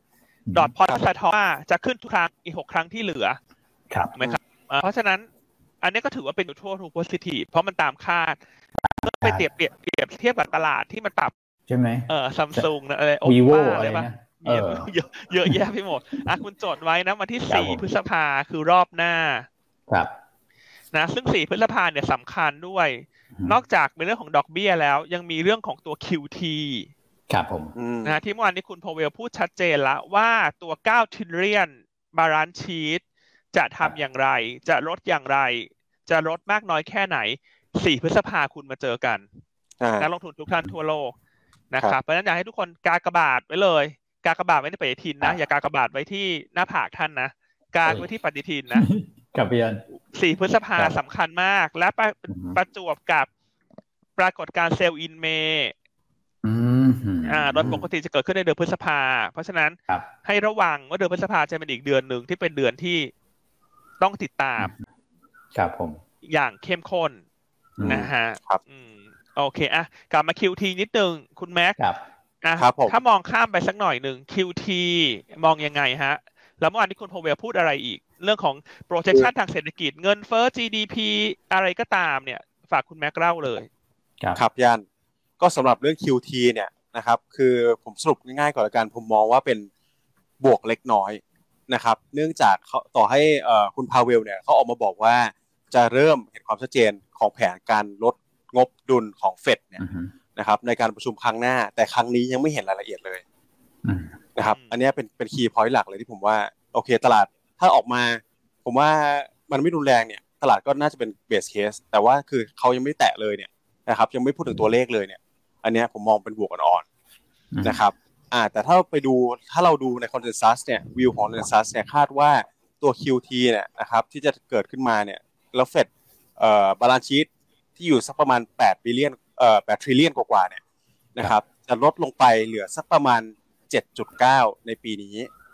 ดอทพอตสะท้อนว่าจะขึ้นทุกครั้งอีกหกครั้งที่เหลือครับไหมครับเพราะฉะนั้นอันนี้ก็ถือว่าเป็น neutral to positive เพราะมันตามคาดเมื่อไปเปรียบเปรียบเปรียบเทียบกับตลาดที่มันปรับใช่ไหมเออ Samsung นะอะไร Vivo อะไรนะเออเยอะเยอะแยะไปหมดอ่ะคุณจดไว้นะวันที่สี่พฤษภาคือรอบหน้าครับนะซึ่งสี่พฤษภาเนี่ยสำคัญด้วยนอกจากเป็นเรื่องของดอกเบี้ยแล้วยังมีเรื่องของตัว คิว ทีครับผมนะที่เมื่อวานนี้คุณพอเวลพูดชัดเจนแล้วว่าตัวเก้า trillion balance sheet จะทำอย่างไรจะลดอย่างไรจะลดมากน้อยแค่ไหนสี่พฤษภาคุณมาเจอกันนักลงทุนทุกท่านทั่วโลกนะครับเพราะฉะนั้นอยากให้ทุกคนกากบาทไว้เลยกากบาทไว้ในปฏิทินนะอย่ากากบาทไว้ที่หน้าผากท่านนะกากไว้ที่ปฏิทินนะกับเพียนสี่พฤษภาสำคัญมากและประประจวบกับปรากฏการณ์เซลล์อินเมย์อ่าโดยปกติจะเกิดขึ้นในเดือนพฤษภาเพราะฉะนั้นให้ระวังว่าเดือนพฤษภาจะเป็นอีกเดือนหนึ่งที่เป็นเดือนที่ต้องติดตามครับผมอย่างเข้มข้นนะฮะครับอืมโอเคอ่ะกลับมา คิว ที นิดนึงคุณแม็กครับอ่ะถ้ามองข้ามไปสักหน่อยหนึ่ง คิว ที มองยังไงฮะแล้วเมื่อวานที่คุณพอเวลพูดอะไรอีกเรื่องของ projection ทางเศรษฐกิจเงินเฟ้อ จี ดี พี อะไรก็ตามเนี่ยฝากคุณแม็กเล่าเลยครับย่านก็สำหรับเรื่อง คิว ที เนี่ยนะครับคือผมสรุปง่ายๆก่อนละกันผมมองว่าเป็นบวกเล็กน้อยนะครับเนื่องจากเขาต่อให้เอ่อคุณพาเวลเนี่ยเขาออกมาบอกว่าจะเริ่มเห็นความชัดเจนของแผนการลดงบดุลของเฟดเนี่ยนะครับในการประชุมครั้งหน้าแต่ครั้งนี้ยังไม่เห็นรายละเอียดเลยนะครับอันนี้เป็นเป็นคีย์พอยต์หลักเลยที่ผมว่าโอเคตลาดถ้าออกมาผมว่ามันไม่รุนแรงเนี่ยตลาดก็น่าจะเป็นเบสเคสแต่ว่าคือเขายังไม่แตะเลยเนี่ยนะครับยังไม่พูดถึงตัวเลขเลยเนี่ยอันนี้ผมมองเป็นบวกอ่อนๆนะครับอ่าแต่ถ้าไปดูถ้าเราดูในคอนเซนแซสเนี่ยวิวของคอนเซนแซสเนี่ยคาดว่าตัว คิว ที เนี่ยนะครับที่จะเกิดขึ้นมาเนี่ยแล้วเฟดเอ่อบาลานซ์ชีทที่อยู่สักประมาณแปด billion เอ่อแปด trillion กว่าๆเนี่ยนะครับจะลดลงไปเหลือสักประมาณ เจ็ดจุดเก้า ในปีนี้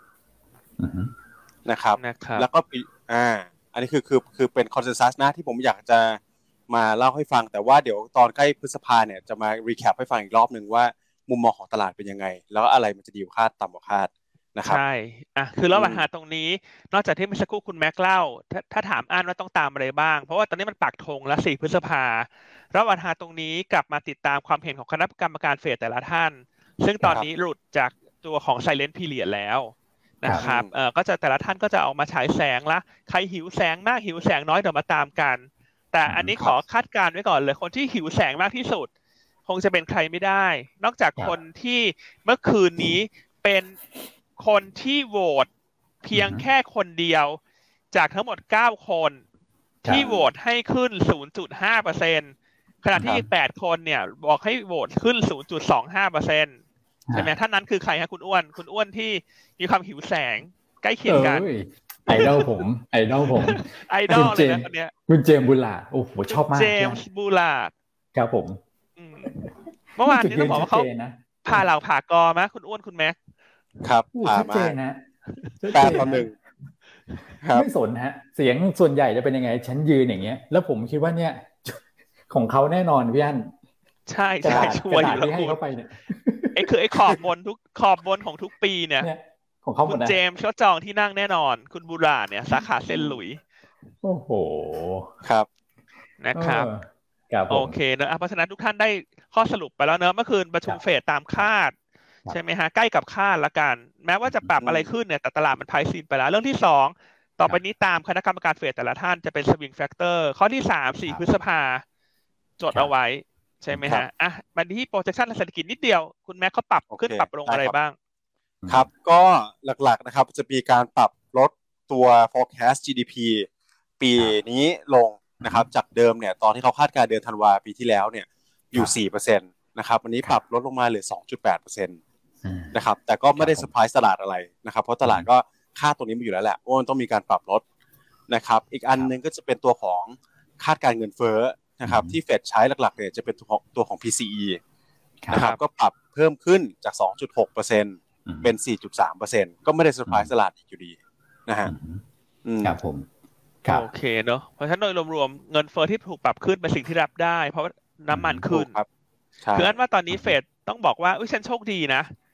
นะครับแล้วก็ปีอ่าอันนี้คือคือคือเป็นคอนเซนแซสนะที่ผมอยากจะมาเล่าให้ฟังแต่ว่าเดี๋ยวตอนใกล้พฤษภาเนี่ยจะมารีแคปให้ฟังอีกรอบนึงว่ามุมมองของตลาดเป็นยังไงแล้วอะไรมันจะดีกว่าคาดต่ำกว่าคาดนะครับใช่อ่ะคือแล้วปัญหาตรงนี้นอกจากที่เมื่อสักครู่คุณแม็กเล่าถ้าถ้าถามอ่านว่าต้องตามอะไรบ้างเพราะว่าตอนนี้มันปักธงแล้วสี่พฤษภาแล้วปัญหาตรงนี้กลับมาติดตามความเห็นของคณะกรรมการเฟดแต่ละท่านซึ่งตอนนี้หลุดจากตัวของ Silent Period แล้วนะครับเอ่อก็จะแต่ละท่านก็จะออกมาฉายแสงละใครหิวแสงมากหิวแสงน้อยเดี๋ยวมาตามกันแต่อันนี้ขอคาดการณ์ไว้ก่อนเลยคนที่หิวแสงมากที่สุดคงจะเป็นใครไม่ได้นอกจากคนที่เมื่อคืนนี้เป็นคนที่โหวตเพียงแค่คนเดียวจากทั้งหมดเก้าคนที่โหวตให้ขึ้น ศูนย์จุดห้าเปอร์เซ็นต์ ขณะที่อีกแปดคนเนี่ยบอกให้โหวตขึ้น ศูนย์จุดสองห้าเปอร์เซ็นต์ ใช่ไหมท่านนั้นคือใครครับคุณอ้วนคุณอ้วนที่มีความหิวแสงใกล้เคียงกันไอดอลผมไอดอลผมไอดอลเลยนะคนเนี้ยคุณเจมส์บูลาโอ้โหชอบมากเจมส์บูลาครับผมเมื่อวานนี้ต้องบอกว่าเขาพาเราผ่ากอมั้ยคุณอ้วนคุณแม็กครับผ่ามาแปดต่อหนึ่งไม่สนฮะเสียงส่วนใหญ่จะเป็นยังไงฉันยืนอย่างเงี้ยแล้วผมคิดว่าเนี่ยของเขาแน่นอนพี่อั้นใช่ใช่ช่วยอยู่แล้วให้เขาไปเนี่ยไอ้คือไอ้ขอบบนทุกขอบบนของทุกปีเนี่ยของเขาหมดนะคุณเจมส์เขาจองที่นั่งแน่นอนคุณบูราเนี่ยสาขาเส้นหลุยโอ้โหครับนะครับโอเคนะเพราะฉะนั้นทุกท่านได้ข้อสรุปไปแล้วเนอะเมื่อคืนประชุมเฟดตามคาดใช่ไหมฮะใกล้กับคาดละกันแม้ว่าจะปรับอะไรขึ้นเนี่ยแต่ตลาดมันไพรซ์อินไปแล้วเรื่องที่สองต่อไปนี้ตามคณะกรรมการเฟดแต่ละท่านจะเป็นสวิงแฟกเตอร์ข้อที่สามสี่พฤษภาจดเอาไว้ใช่ไหมฮะอ่ะมาที่ projection ทางเศรษฐกิจนิดเดียวคุณแม็กเขาปรับขึ้นปรับลงอะไรบ้างครับก็หลักๆนะครับจะมีการปรับลดตัว forecast จี ดี พี ปีนี้ลงนะครับจากเดิมเนี่ยตอนที่เขาคาดการณ์เดือนธันวาปีที่แล้วเนี่ยอยู่ สี่เปอร์เซ็นต์ นะครับวันนี้ปรับลดลงมาเหลือ สองจุดแปดเปอร์เซ็นต์ นะครับแต่ก็ไม่ได้เซอร์ไพรส์ตลาดอะไรนะครับเพราะตลาดก็คาดตรงนี้มาอยู่แล้วแหละว่ามันต้องมีการปรับลดนะครับอีกอันนึงก็จะเป็นตัวของคาดการณ์เงินเฟ้อนะครับที่เฟดใช้หลักๆเนี่ยจะเป็นตัวของตัวของ พี ซี อี นะครับก็ปรับเพิ่มขึ้นจาก สองจุดหกเปอร์เซ็นต์ เป็น สี่จุดสามเปอร์เซ็นต์ ก็ไม่ได้เซอร์ไพรส์ตลาดอีกอยู่ดีนะฮะครับผมโอเคเนาะเพราะฉะนั้นโดยรวมๆเงินเฟ้อที่ถูกปรับขึ้นเป็นสิ่งที่รับได้เพราะว่าน้ำมันขึ้นคืออันว่าตอนนี้เฟดต้องบอกว่าอุ้ยฉันโชคดีนะ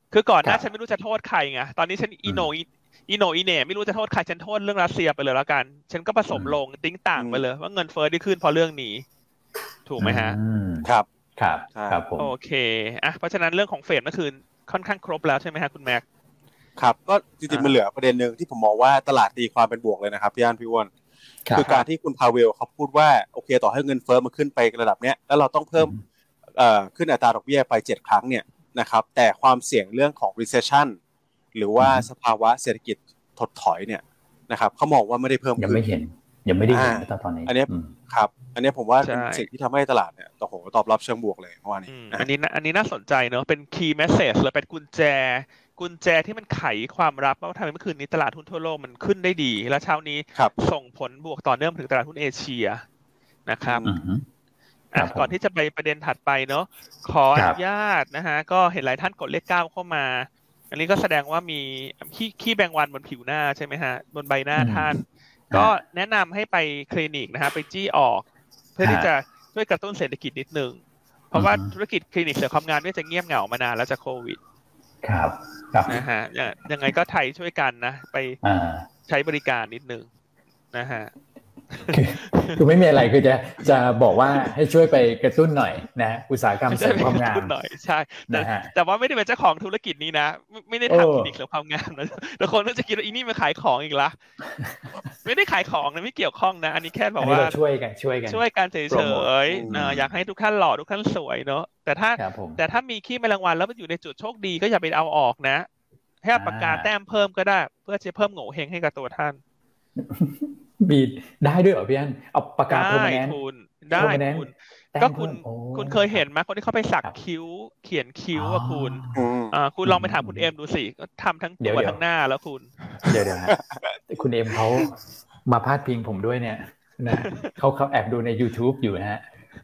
คือก่อนหน้าฉันไม่รู้จะโทษใครไงตอนนี้ฉันอีโนอีโนอีเน่ไม่รู้จะโทษใครฉันโทษเรื่องรัสเซียไปเลยแล้วกันฉันก็ผสมลงติ้งต่างไปเลยว่าเงินเฟ้อที่ขึ้นเพราะเรื่องนี้ถูกไหมฮะครับครับครับผมโอเคอ่ะเพราะฉะนั้นเรื่องของเฟดเมื่อคืนค่อนข้างครบแล้วใช่ไหมฮะคุณแม็กครับก็จริงๆมันเหลือประเด็นนึงที่ผมมองว่าตลาดตีความเป็นบวกเลยนะครับพี่อั้นพี่อ้วนคือการที่คุณพาเวลเขาพูดว่าโอเคต่อให้เงินเฟ้อมันขึ้นไประดับเนี้ยแล้วเราต้องเพิ่มเอ่อขึ้นอัตราดอกเบี้ยไปเจ็ดครั้งเนี่ยนะครับแต่ความเสี่ยงเรื่องของ recession หรือว่าสภาวะเศรษฐกิจถดถอยเนี่ยนะครับเขามองว่าไม่ได้เพิ่มยังไม่เห็นยังไม่ได้เห็นในตอนนี้อันนี้ครับอันนี้ผมว่าเป็นสิ่งที่ทำให้ตลาดเนี่ยโอ้โหตอบรับเชิงบวกเลยเมื่อวานนี้อันนี้อันนี้น่าสนใจเนอะเป็น key message เลยเป็นกุญแจกุญแจที่มันไขความลับว่าทำไมเมื่อคืนนี้ตลาดหุ้นทั่วโลกมันขึ้นได้ดีและเช้านี้ส่งผลบวกต่อเนื่องถึงตลาดหุ้นเอเชียนะครับก่อนที่จะไปประเด็นถัดไปเนอะขออนุญาตนะฮะก็เห็นหลายท่านกดเลขเก้าเข้ามาอันนี้ก็แสดงว่ามีขี้ขี้แบงวันบนผิวหน้าใช่ไหมฮะบนใบหน้าท่านก็แนะนำให้ไปคลินิกนะฮะไปจี้ออกเพื่อที่จะช่วยกระตุ้นเศรษฐกิจนิดนึงเพราะว่าธุรกิจคลินิกเสริมความงามเนี่ยจะเงียบเหงามานานแล้วจากโควิดครับนะฮะยังไงก็ไทยช่วยกันนะไปใช้บริการนิดนึงนะฮะคือไม่มีอะไรคือจะจะบอกว่าให้ช่วยไปกระตุ้นหน่อยนะอุตสาหกรรมเสริมความงามหน่อยใช่นะฮะแต่ว่าไม่ได้เป็นเจ้าของธุรกิจนี้นะไม่ได้ทำคลินิกเสริมความงามนะแต่คนก็จะคิดว่าอีนี่มาขายของอีกละไม่ได้ขายของนะไม่เกี่ยวข้องนะอันนี้แค่บอกว่าช่วยกันช่วยกันช่วยกันเฉยๆอยากให้ทุกท่านหล่อทุกท่านสวยเนาะแต่ถ้าแต่ถ้ามีขี้แมลงวันแล้วมันอยู่ในจุดโชคดีก็อย่าไปเอาออกนะให้ปากกาแต้มเพิ่มก็ได้เพื่อจะเพิ่มโง่เฮงให้กับตัวท่านมีได้ด้วยเหรอพี่อันเอาปากกาโพรแมนคุณได้คุณก็คุณคุณเคยเห็นไหมคนที่เขาไปสักคิ้วเขียนคิ้วอ่ะคุณอ่าคุณลองไปถามคุณเอ็มดูสิก็ทำทั้งตัวทั้งหน้าแล้วคุณเดี๋ยวเดี๋ยวฮะคุณเอ็มเขามาพาดพิงผมด้วยเนี่ยนะเขาเขาแอบดูใน YouTube อยู่นะฮะ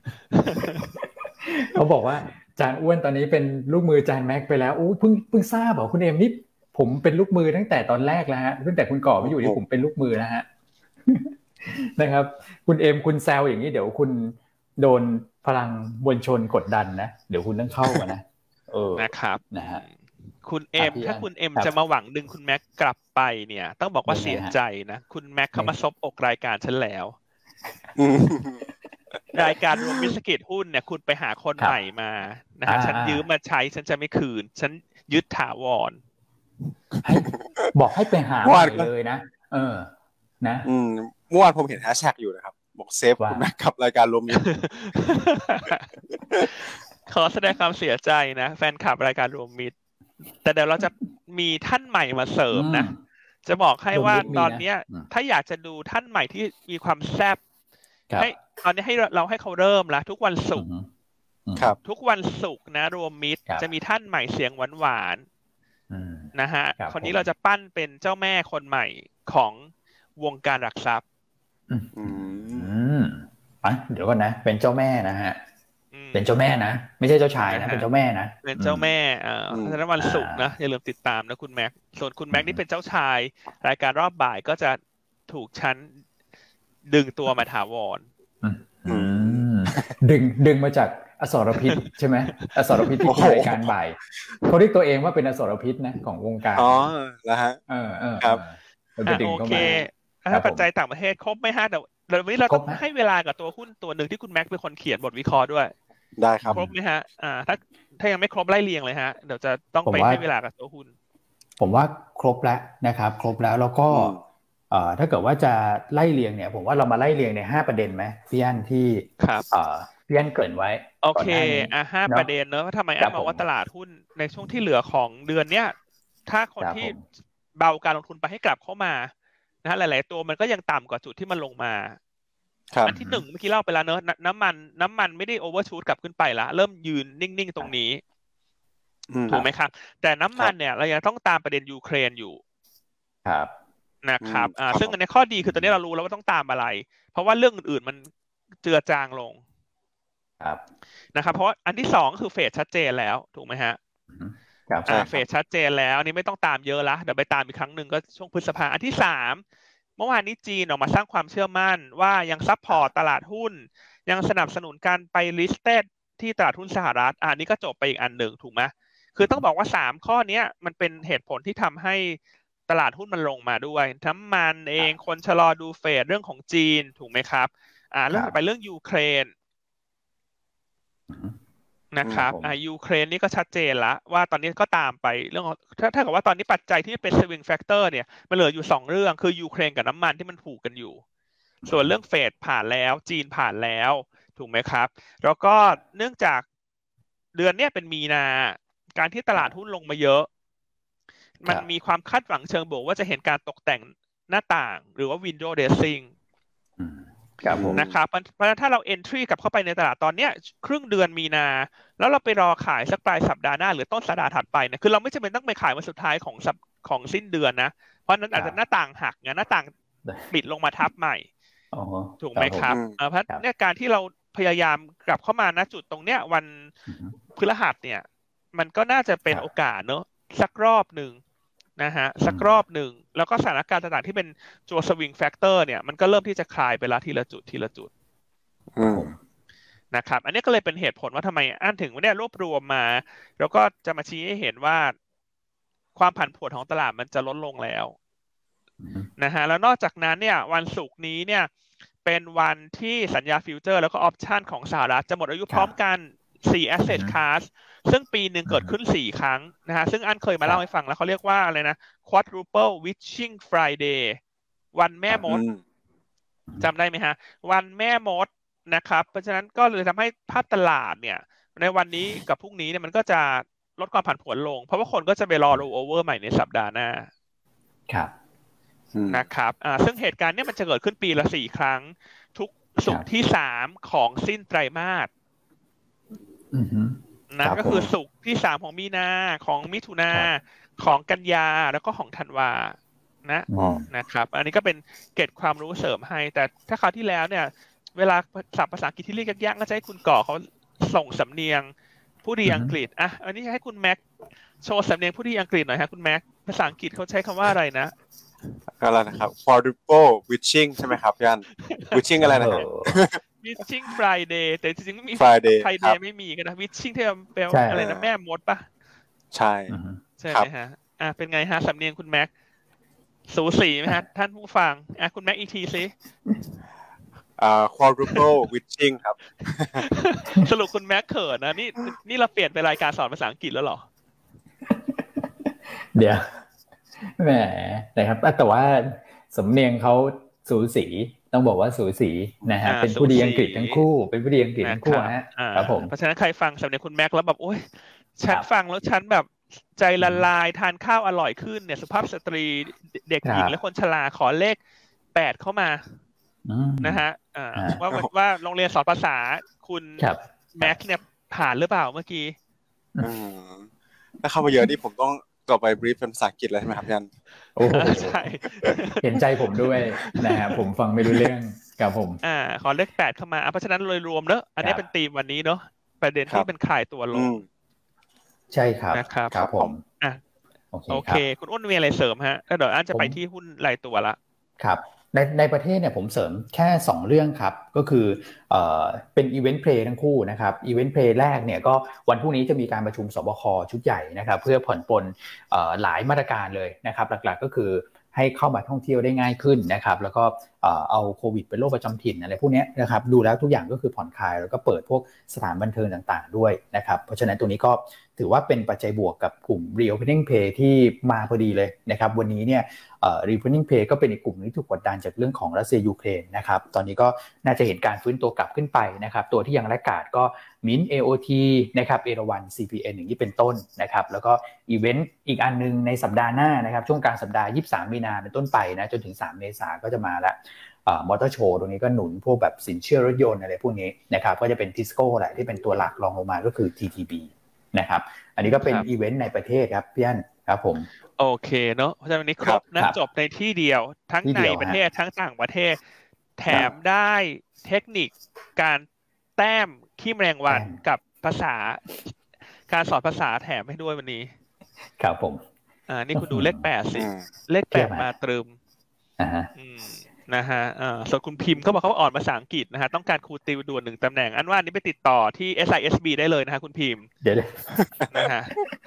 เขาบอกว่าจานอ้วนตอนนี้เป็นลูกมือจานแม็กไปแล้วอู้เพิ่งเพิ่งทราบเหรอคุณเอ็มนี่ผมเป็นลูกมือตั้งแต่ตอนแรกแล้วฮะตั้งแต่คุณก่อมาอยู่นี่ผมเป็นลูกมือนะฮะนะครับคุณเอ็มคุณแซวอย่างนี้เดี๋ยวคุณโดนพลังมวลชนกดดันนะเดี๋ยวคุณต้องเข้ามานะเออนะครับนะฮะคุณเอ็มถ้าคุณเอ็มจะมาหวังดึงคุณแม็กกลับไปเนี่ยต้องบอกว่าเสียใจนะคุณแม็กเข้ามาซบอกรายการฉันแล้วรายการรวมมิตรกิจหุ้นเนี่ยคุณไปหาคนใหม่มานะฮะฉันยืมมาใช้ฉันจะไม่คืนฉันยึดถาวรบอกให้ไปหาใหม่เลยนะเออนะอืมเมื่อวานผมเห็นแฮชแท็กอยู่นะครับบอกเซฟคุณแม็กกับรายการรวมมิตรขอแสดงความเสียใจนะแฟนคลับรายการรวมมิตรแต่เดี๋ยวเราจะมีท่านใหม่มาเสริมนะจะบอกให้ว่าตอนนี้ถ้าอยากจะดูท่านใหม่ที่มีความแซ่บให้ตอนนี้ให้เราให้เขาเริ่มละทุกวันศุกร์ทุกวันศุกร์นะรวมมิตรจะมีท่านใหม่เสียงหวานๆนะฮะคนนี้เราจะปั้นเป็นเจ้าแม่คนใหม่ของวงการหลักทรัพย์อืมอ่ะเดี๋ยวก่อนนะเป็นเจ้าแม่นะฮะเป็นเจ้าแม่นะไม่ใช่เจ้าชายนะเป็นเจ้าแม่นะเป็นเจ้าแม่อ่าเพราะฉะนั้นวันศุกร์นะอย่าลืมติดตามนะคุณแม็กส่วนคุณแม็กนี่เป็นเจ้าชายรายการรอบบ่ายก็จะถูกชั้นดึงตัวมาถาวรดึงดึงมาจากอสรพิษใช่ไหมอสรพิษที่รายการบ่ายเขาเรียกตัวเองว่าเป็นอสรพิษนะของวงการอ๋อแล้วฮะเออเออครับโอเคถ้าปัจจัยต่างประเทศครบไหมฮะเดี๋ยววันนี้เราต้องให้เวลากับตัวหุ้นตัวหนึ่งที่คุณแม็กเป็นคนเขียนบทวิเคราะห์ด้วยได้ครับครบไหมฮะอ่าถ้าถ้ายังไม่ครบไล่เรียงเลยฮะเดี๋ยวจะต้องไปให้เวลากับตัวหุ้นผมว่าครบแล้วนะครับครบแล้วแล้วก็เอ่อถ้าเกิดว่าจะไล่เรียงเนี่ยผมว่าเรามาไล่เรียงในห้าประเด็นไหมพี่อั้นที่เอ่อพี่อั้นเกริ่นไว้โอเคอ่ะห้าประเด็นเนอะว่าทำไมอั้นบอกว่าตลาดหุ้นในช่วงที่เหลือของเดือนเนี้ยถ้าคนที่เบาการลงทุนไปให้กลับเข้ามานะฮะหลายๆตัวมันก็ยังต่ำกว่าจุดที่มันลงมาอันที่หนึ่งเมื่อกี้เล่าไปแล้วเนอะน้ำมันน้ำมันไม่ได้โอเวอร์ชูตกลับขึ้นไปละเริ่มยืนนิ่งๆตรงนี้ถูกไหมครับแต่น้ำมันเนี่ยเรายังต้องตามประเด็นยูเครนอยู่ครับนะครับอ่าซึ่งอันนี้ข้อดีคือตอนนี้เรารู้แล้วว่าต้องตามอะไรเพราะว่าเรื่องอื่นๆมันเจือจางลงครับนะครับเพราะอันที่สองคือเฟดชัดเจนแล้วถูกไหมฮะอ่าเฟดชัดเจนแล้วนี่ไม่ต้องตามเยอะละเดี๋ยวไปตามอีกครั้งหนึ่งก็ช่วงพฤษภาอันที่สามเมื่อวานนี้จีนออกมาสร้างความเชื่อมั่นว่ายังซัพพอร์ตตลาดหุ้นยังสนับสนุนการไป listed ที่ตลาดหุ้นสหรัฐอันนี้ก็จบไปอีกอันหนึ่งถูกไหมคือต้องบอกว่าสามข้อนี้มันเป็นเหตุผลที่ทำให้ตลาดหุ้นมันลงมาด้วยน้ำมันเองคนชะลอดูเฟดเรื่องของจีนถูกไหมครับอ่าเรื่องต่อไปเรื่องยูเครนนะครับอ่ายูเครนนี่ก็ชัดเจนละว่าตอนนี้ก็ตามไปเรื่องถ้าถ้ากับว่าตอนนี้ปัจจัยที่เป็น swing factor เนี่ยมันเหลืออยู่สองเรื่องคือยูเครนกับน้ำมันที่มันผูกกันอยู่ส่วนเรื่องเฟดผ่านแล้วจีนผ่านแล้วถูกไหมครับแล้วก็เนื่องจากเดือนนี้เป็นมีนาการที่ตลาดหุ้นลงมาเยอะมันมีความคาดหวังเชิงบวกว่าจะเห็นการตกแต่งหน้าต่างหรือว่า window dressing นะครับเพราะฉะนั้นถ้าเรา entry กลับเข้าไปในตลาดตอนเนี้ยครึ่งเดือนมีนาแล้วเราไปรอขายสักปลายสัปดาห์หน้าหรือต้นสัปดาห์ถัดไปเนี่ยคือเราไม่จำเป็นต้องไปขายวันสุดท้ายของของสิ้นเดือนนะเพราะนั้นอาจจะหน้าต่างหักไงหน้าต่างปิดลงมาทับใหม่ถูกไหมครับเพราะเนี่ยการที่เราพยายามกลับเข้ามาณจุดตรงเนี้ยวันพฤหัสเนี่ยมันก็น่าจะเป็นโอกาสเนอะสักรอบหนึ่งนะฮะสักรอบหนึ่งแล้วก็สถานการณ์ต่างๆที่เป็นตัวสวิงแฟกเตอร์เนี่ยมันก็เริ่มที่จะคลายไปละทีละจุดทีละจุดนะครับอันนี้ก็เลยเป็นเหตุผลว่าทำไมอ่านถึงว่าเนี่ยรวบรวมมาแล้วก็จะมาชี้ให้เห็นว่าความผันผวนของตลาดมันจะลดลงแล้วนะฮะแล้วนอกจากนั้นเนี่ยวันศุกร์นี้เนี่ยเป็นวันที่สัญญาฟิวเจอร์แล้วก็ออปชั่นของสหรัฐจะหมดอายุพร้อมกันสี่ asset class ซึ่งปีหนึ่งเกิดขึ้นสี่ครั้งนะฮะซึ่งอันเคยมาเล่าให้ฟังแล้วเขาเรียกว่าอะไรนะ quadruple witching Friday วันแม่มดจำได้ไหมฮะวันแม่มดนะครับเพราะฉะนั้นก็เลยทำให้ภาพตลาดเนี่ยในวันนี้กับพรุ่งนี้เนี่ยมันก็จะลดความผันผวนลงเพราะว่าคนก็จะไปรอ roll over ใหม่ในสัปดาห์หน้าครับนะครับอ่าซึ่งเหตุการณ์เนี่ยมันจะเกิดขึ้นปีละสี่ครั้งทุกศุกร์ที่สามของสิ้นไตรมาสนะก็คือศุกร์ที่สามของมีนาของมิถุนาของกันยาแล้วก็ของธันวานะนะครับอันนี้ก็เป็นเกร็ดความรู้เสริมให้แต่ถ้าคราวที่แล้วเนี่ยเวลาศัพท์ภาษาอังกฤษที่เรียกยากๆก็จะให้คุณก่อเขาส่งสำเนียงผู้ดีอังกฤษอ่ะอันนี้ให้คุณแม็กโชว์สำเนียงผู้ดีอังกฤษหน่อยฮะคุณแม็กภาษาอังกฤษเขาใช้คำว่าอะไรนะอะไรนะครับ quadruple witching ใช่ไหมครับยัน witching อะไรนะครับ witching Friday แต่จริงๆไม่มี Friday Friday ไม่มีกันนะ witching ที่แปลว่าอะไรนะแม่มดป่ะใช่ใช่ไหมฮะอ่ะเป็นไงฮะสำเนียงคุณแม็กสูสีไหมฮะท่านผู้ฟังอ่ะคุณแม็กอีกทีสิอ่า quadruple witching ครับสรุปคุณแม็กเขินนะนี่นี่เราเปลี่ยนเป็นรายการสอนภาษาอังกฤษแล้วหรอเดี๋ยวแหมนะครับแต่ว่าสำเนียงเขาสูสีต้องบอกว่าสูสีนะฮะเป็นผู้ดีอังกฤษทั้งคู่เป็นผู้ดีอังกฤษทั้งคู่ฮะครับผมเพราะฉะนั้นใครฟังสำเนียงคุณแม็กแล้วแบบโอ๊ยฉันฟังแล้วฉันแบบใจละลายทานข้าวอร่อยขึ้นเนี่ยสุภาพสตรีเด็กหญิงและคนชราขอเลขแปดเข้ามานะฮะว่าว่าโรงเรียนสอนภาษาคุณแม็กเนี่ยผ่านหรือเปล่าเมื่อกี้ถ้าเข้ามาเยอะนี่ผมต้องต่อไปบรีฟเป็นภาษาอังกฤษเลยใช่ไหมครับยันโอ้ใช่เห็นใจผมด้วยนะฮะผมฟังไม่รู้เรื่องกับผมอ่าขอเลขแปดเข้ามาเพราะฉะนั้นโดยรวมเนอะอันนี้เป็นธีมวันนี้เนอะประเด็นที่เป็นขายตัวลงใช่ครับนะครับครับผมอ่ะโอเคคุณอ้นมีอะไรเสริมฮะแล้วเดี๋ยวอันจะไปที่หุ้นรายตัวละครับในในประเทศเนี่ยผมเสริมแค่สองเรื่องครับก็คือเอ่อเป็นอีเวนต์เพลย์ทั้งคู่นะครับอีเวนต์เพลย์แรกเนี่ยก็วันพรุ่งนี้จะมีการประชุมสบคชุดใหญ่นะครับเพื่อผ่อนปลนเอ่อหลายมาตรการเลยนะครับหลักๆก็คือให้เข้ามาท่องเที่ยวได้ง่ายขึ้นนะครับแล้วก็เอาโควิดเป็นโรคประจำถิ่นอะไรพวกนี้นะครับดูแล้วทุกอย่างก็คือผ่อนคลายแล้วก็เปิดพวกสถานบันเทิงต่างๆด้วยนะครับเพราะฉะนั้นตัวนี้ก็ถือว่าเป็นปัจจัยบวกกับกลุ่ม Reopening Play ที่มาพอดีเลยนะครับวันนี้เนี่ยเอ่อ Reopening Play ก็เป็นอีกกลุ่มที่ถูกกดดันจากเรื่องของรัสเซียยูเครนนะครับตอนนี้ก็น่าจะเห็นการฟื้นตัวกลับขึ้นไปนะครับตัวที่ยังแลกขาดก็ Mint เอ โอ ที นะครับเอราวัณ ซี พี เอ็น อย่างนี้เป็นต้นนะครับแล้วก็อีเวนต์อีกอันนึงในสัปดาห์หน้านะครับช่วงกลางสัปดาห์ยี่สิบสามมีนาเป็นต้นไปนะจนถึงสามเมษายนก็จะมาแล้วอ่ามอเตอร์โชว์ตรงนี้ก็หนุนพวกแบบสินเชื่อรถยนต์อะไรพวกนี้นะครับก็จะเป็น Tisco แหละที่เป็นตัวหลักรองลงมาก็คือ ที ที บี นะครับอันนี้ก็เป็นอีเวนต์ในประเทศครับพี่อั้นครับผมโอเคเนาะเพราะฉะนั้นวันนี้ครบนะจบในที่เดียวทั้งในประเทศทั้งต่างประเทศแถมได้เทคนิคการแต้มขี้แมลงวันกับภาษาการสอนภาษาแถมให้ด้วยวันนี้ครับผมอ่านี่คุณดูเลขแปดสิเลขแปดมาตรึมอ่าฮะนะฮะอ่าส่วนคุณพิมพ์เขาบอกเขาอ่อนภาษาอังกฤษนะฮะต้องการครูติวด่วนหนึ่งตำแหน่งอันว่าอันนี้ไปติดต่อที่ เอส ไอ เอส บี ได้เลยนะฮะคุณพิมพ์เดี๋ยวนะฮะ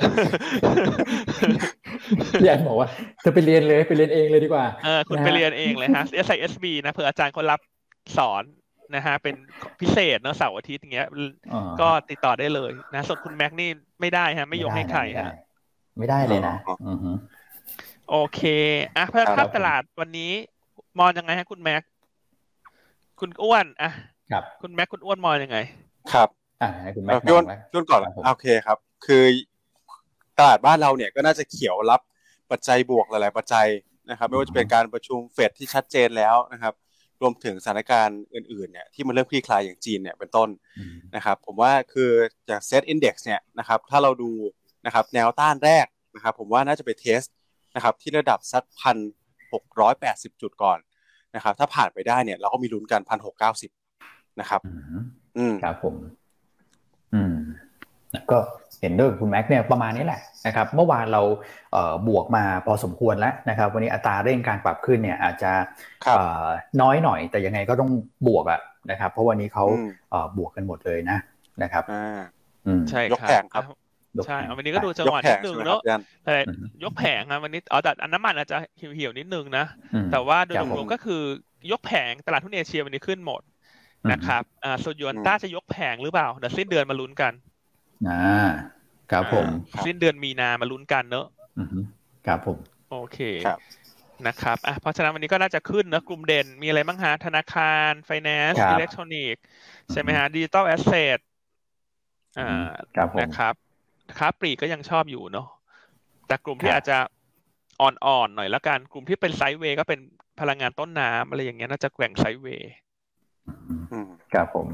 พี่อันบอกว่าเธอไปเรียนเลยไปเรียนเองเลยดีกว่าเออคุณไปเรียนเองเลยฮะ เอส ไอ เอส บี นะเผื่ออาจารย์เขารับสอนนะฮะเป็นพิเศษเนอะเสาร์อาทิตย์อย่างเงี้ยก็ติดต่อได้เลยนะส่วนคุณแม็กนี่ไม่ได้ฮะไม่ยกให้ใครฮะไม่ได้เลยนะโอเคอ่ะภาพตลาดวันนี้มองยังไงฮะคุณแม็กคุณอ้วนอ่ะครับคุณแม็กคุณอ้วนมองยังไงครับอ่ะให้คุณแม็กพี่อ้วนพี่อ้วนก่อนโอเคครับคือตลาดบ้านเราเนี่ยก็น่าจะเขียวรับปัจจัยบวกหลายๆปัจจัยนะครับไม่ว่าจะเป็นการประชุมเฟดที่ชัดเจนแล้วนะครับรวมถึงสถานการณ์อื่นๆเนี่ยที่มันเริ่มคลี่คลายอย่างจีนเนี่ยเป็นต้นนะครับผมว่าคือจาก Set Index เนี่ยนะครับถ้าเราดูนะครับแนวต้านแรกนะครับผมว่าน่าจะไปเทสนะครับที่ระดับสัก หนึ่งพันหกร้อยแปดสิบ จุดก่อนนะครับถ้าผ่านไปได้เนี่ยเราก็มีลุ้นกัน หนึ่งพันหกร้อยเก้าสิบ นะครับอืมครับผมอืมก็เห็นด้วยคุณแม็กเนี่ยประมาณนี้แหละนะครับเมื่อวานเราเอ่อบวกมาพอสมควรแล้วนะครับวันนี้อัตราเร่งการปรับขึ้นเนี่ยอาจจะเอ่อน้อยหน่อยแต่ยังไงก็ต้องบวกอ่ะนะครับเพราะวันนี้เขาเอ่อบวกกันหมดเลยนะนะครับอืมใช่ยกแผงครับใช่วันนี้ก็ดูจังหวะนิดนึงเนาะแต่ยกแผงอ่ะวันนี้อ๋อแต่อันน้ำมันอาจจะเหี่ยวๆนิดนึงนะแต่ว่าโดยรวมก็คือยกแผงตลาดหุ้นเอเชียวันนี้ขึ้นหมดนะครับอ่าส่วนยูนต้าจะยกแผงหรือเปล่าเดี๋ยวสิ้นเดือนมาลุ้นกันอ่าครับผมสิ้นเดือนมีนามาลุ้นกันเนอะครับผมโอเคนะครับอ่ะเพราะฉะนั้นวันนี้ก็น่าจะขึ้นนะกลุ่มเด่นมีอะไรบ้างฮะธนาคารไฟแนนซ์อิเล็กทรอนิกส์ใช่ไหมฮะดิจิตอลแอสเซทอ่านะครับค้าปลีกก็ยังชอบอยู่เนาะแต่กลุ่มที่อาจจะอ่อนๆหน่อยละกันกลุ่มที่เป็นไซด์เวย์ก็เป็นพลังงานต้นน้ำอะไรอย่างเงี้ยน่าจะแกว่งไซด์เวย์ครับผม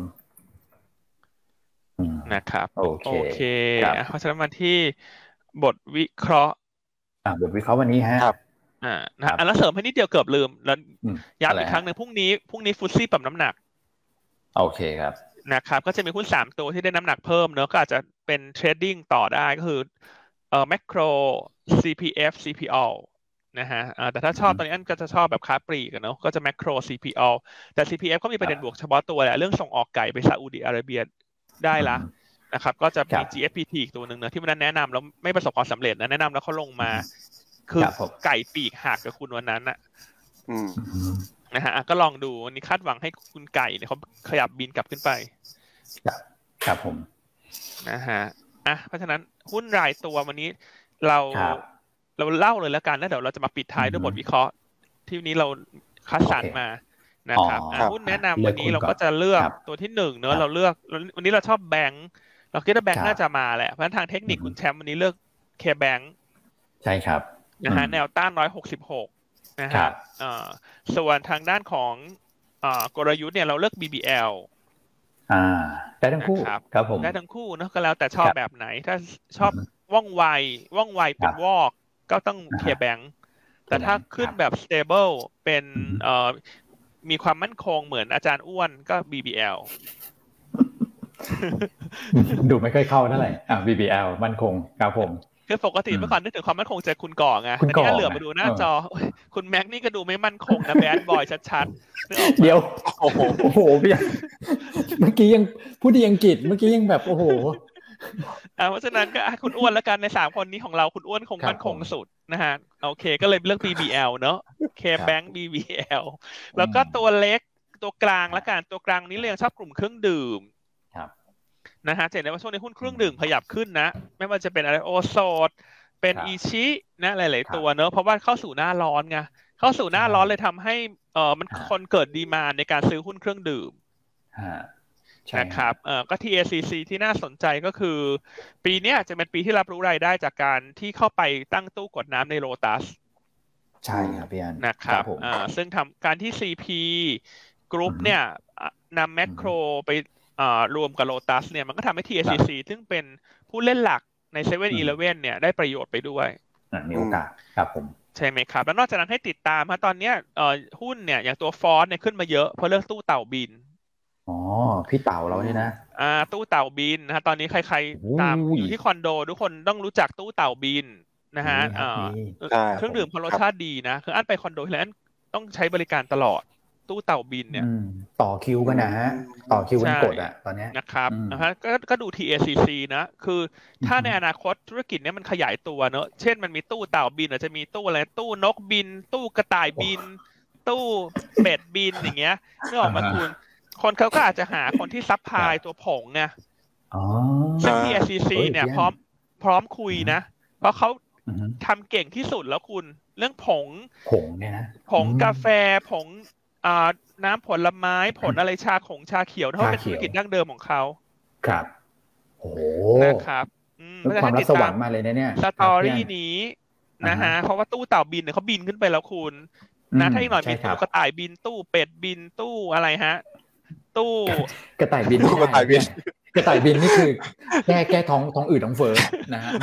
นะครับโอเคโอเคเพราะฉะนั้นมาที่บทวิเคราะห์อ่าบทวิเคราะห์วันนี้ฮะอ่านะอันละเสริมให้นิดเดียวเกือบลืมแล้วย้ำอีกครั้งหนึ่งพรุ่งนี้พรุ่งนี้ฟุตซี่ปรับน้ำหนักโอเคครับนะครับก็จะมีหุ้นสามตัวที่ได้น้ำหนักเพิ่มเนอะก็อาจจะเป็นเทรดดิ้งต่อได้ก็คือเอ่อแมคโคร ซี พี เอฟ ซี พี แอล นะฮะแต่ถ้าชอบตอนนี้อันก็จะชอบแบบค้าปลีกเนาะก็จะแมคโคร ซี พี แอล แต่ ซี พี เอฟ ก็มีประเด็นบวกเฉพาะตัวแหละเรื่องส่งออกไก่ไปซาอุดิอาระเบียได้ละนะครับก็จะมี จี เอฟ พี ที อีกตัวหนึ่งเนอะที่มันแนะนำแล้วไม่ประสบความสำเร็จนะแนะนำแล้วเขาลงมาคือไก่ปีกหักกับคุณวันนั้นนะนะฮะก็ลองดูวันนี้คาดหวังให้คุณไก่เนี่ยเขาขยับบินกลับขึ้นไปครับผมนะฮะอ่ะเพราะฉะนั้นหุ้นรายตัววันนี้เราเราเล่าเลยแล้วกันแล้วเดี๋ยวเราจะมาปิดท้ายด้วยบทวิเคราะห์ที่วันนี้เราคัดสรรมานะครับหุ้นแนะนำวันนี้เราก็จะเลือกตัวที่หนึ่งเนอะเราเลือกวันนี้เราชอบแบงค์เราคิดว่าแบงค์น่าจะมาแหละเพราะฉะนั้นทางเทคนิคคุณแชมป์วันนี้เลือกเคแบงค์ใช่ครับนะฮะแนวต้านหนึ่งร้อยหกสิบหกนะฮะส่วนทางด้านของกลยุทธ์เนี่ยเราเลือก บี บี แอลอ่าได้ทั้งคู่ครับผมได้ทั้งคู่เนอะก็แล้วแต่ชอบแบบไหนถ้าชอบว่องไวว่องไวเป็นวอกก็ต้องเคแบงค์แต่ถ้าขึ้นแบบ stable เป็นเอ่อมีความมั่นคงเหมือนอาจารย์อ้วนก็ บี บี แอลดูไม่ค่อยเข้าเท่าไหร่อ่า บี บี แอล มั่นคงครับผมคือปกติเมื่อก่อนนึกถึงความมั่นคงจะคุณก่อไงแต่นี่เหลือมาดูหน้าจอคุณแม็กนี่ก็ดูไม่มั่นคงนะแบดบอยชัดๆเดี๋ยวโอ้โหโอ้โหพี่เมื่อกี้ยังพูดอังกฤษเมื่อกี้ยังแบบโอ้โหอ่าเพราะฉะนั้นก็คุณอ้วนแล้วกันในสามคนนี้ของเราคุณอ้วนคงมั่นคงสุดนะฮะโอเคก็เลยเลือก บี บี แอล เนอะ K-Bank บี บี แอล แล้วก็ตัวเล็กตัวกลางแล้วกันตัวกลางนี้เรียงชอบกลุ่มเครื่องดื่มนะฮะเห็นได้ว่าช่วงนี้หุ้นเครื่องดื่มขยับขึ้นนะไม่ว่าจะเป็นอะไรโอโซดเป็นอิชินะหลายๆตัวเนอะเพราะว่าเข้าสู่หน้าร้อนไงเข้าสู่หน้าร้อนเลยทำให้เออมันคนเกิดดีมานด์ในการซื้อหุ้นเครื่องดื่มนะครับเออก็ ที เอ ซี ซี ที่น่าสนใจก็คือปีนี้จะเป็นปีที่รับรู้รายได้จากการที่เข้าไปตั้งตู้กดน้ำในโลตัสใช่ครับพี่อันนะครับอ่าซึ่งทำการที่ ซี พี Group เนี่ยนำแมคโครไปรวมกับโลตัสเนี่ยมันก็ทำให้ ที เอ ซี ซี ซึ่งเป็นผู้เล่นหลักใน เซเว่น อีเลฟเว่น เนี่ยได้ประโยชน์ไปด้วยมีโอกาสครับผมใช่ไหมครับแล้วนอกจากนั้นให้ติดตามฮะตอนนี้หุ้นเนี่ยอย่างตัวฟอร์สเนี่ยขึ้นมาเยอะเพราะเรื่องตู้เต่าบินอ๋อพี่เต่าเราเนี่ยนะอ่าตู้เต่าบินนะฮะตอนนี้ใครๆตามอยู่ที่คอนโดทุกคนต้องรู้จักตู้เต่าบินนะฮะอ่าเครื่องดื่มเขารสชาติดีนะคืออันไปคอนโดแล้วอันต้องใช้บริการตลอดตู้เต่าบินเนี่ยต่อคิวกันนะฮะต่อคิวกันกดอ่ะตอนนี้นะครับนะฮะก็ก็ดู ที เอ ซี ซี นะคือถ้าในอนาคตธุรกิจเนี้ยมันขยายตัวเนอะเช่นมันมีตู้เต่าบินอาจจะมีตู้อะไรตู้นกบินตู้กระต่ายบินตู้เป็ดบินอย่างเงี้ยนึกออกมาคุณคนเขาก็อาจจะหาคนที่ซัพพลายตัวผงไงอ๋อซึ่ง ที เอ ซี ซี เนี่ยพร้อมพร้อมคุยนะเพราะเขาทำเก่งที่สุดแล้วคุณเรื่องผงผงเนี่ยนะผงกาแฟผงอ่าน้ำผลไม้ผลอะไรชาของชาเขียวเพราะเป็นธุรกิจดั้งเดิมของเขาครับโอ้นะครับความรับสวรรค์มาเลยนะเนี่ยสตอรี่นี้นะฮะเพราะว่าตู้เต่าบินเนี่ยเขาบินขึ้นไปแล้วคุณนะถ้าอีกหน่อยมีตู้กระต่ายบินตู้เป็ดบินตู้อะไรฮะตู้กระต่ายบินตู้กระต่ายบินกระต่ายบินนี่คือแก้แก้ท้องท้องอืดท้องเฟ้อนะฮะ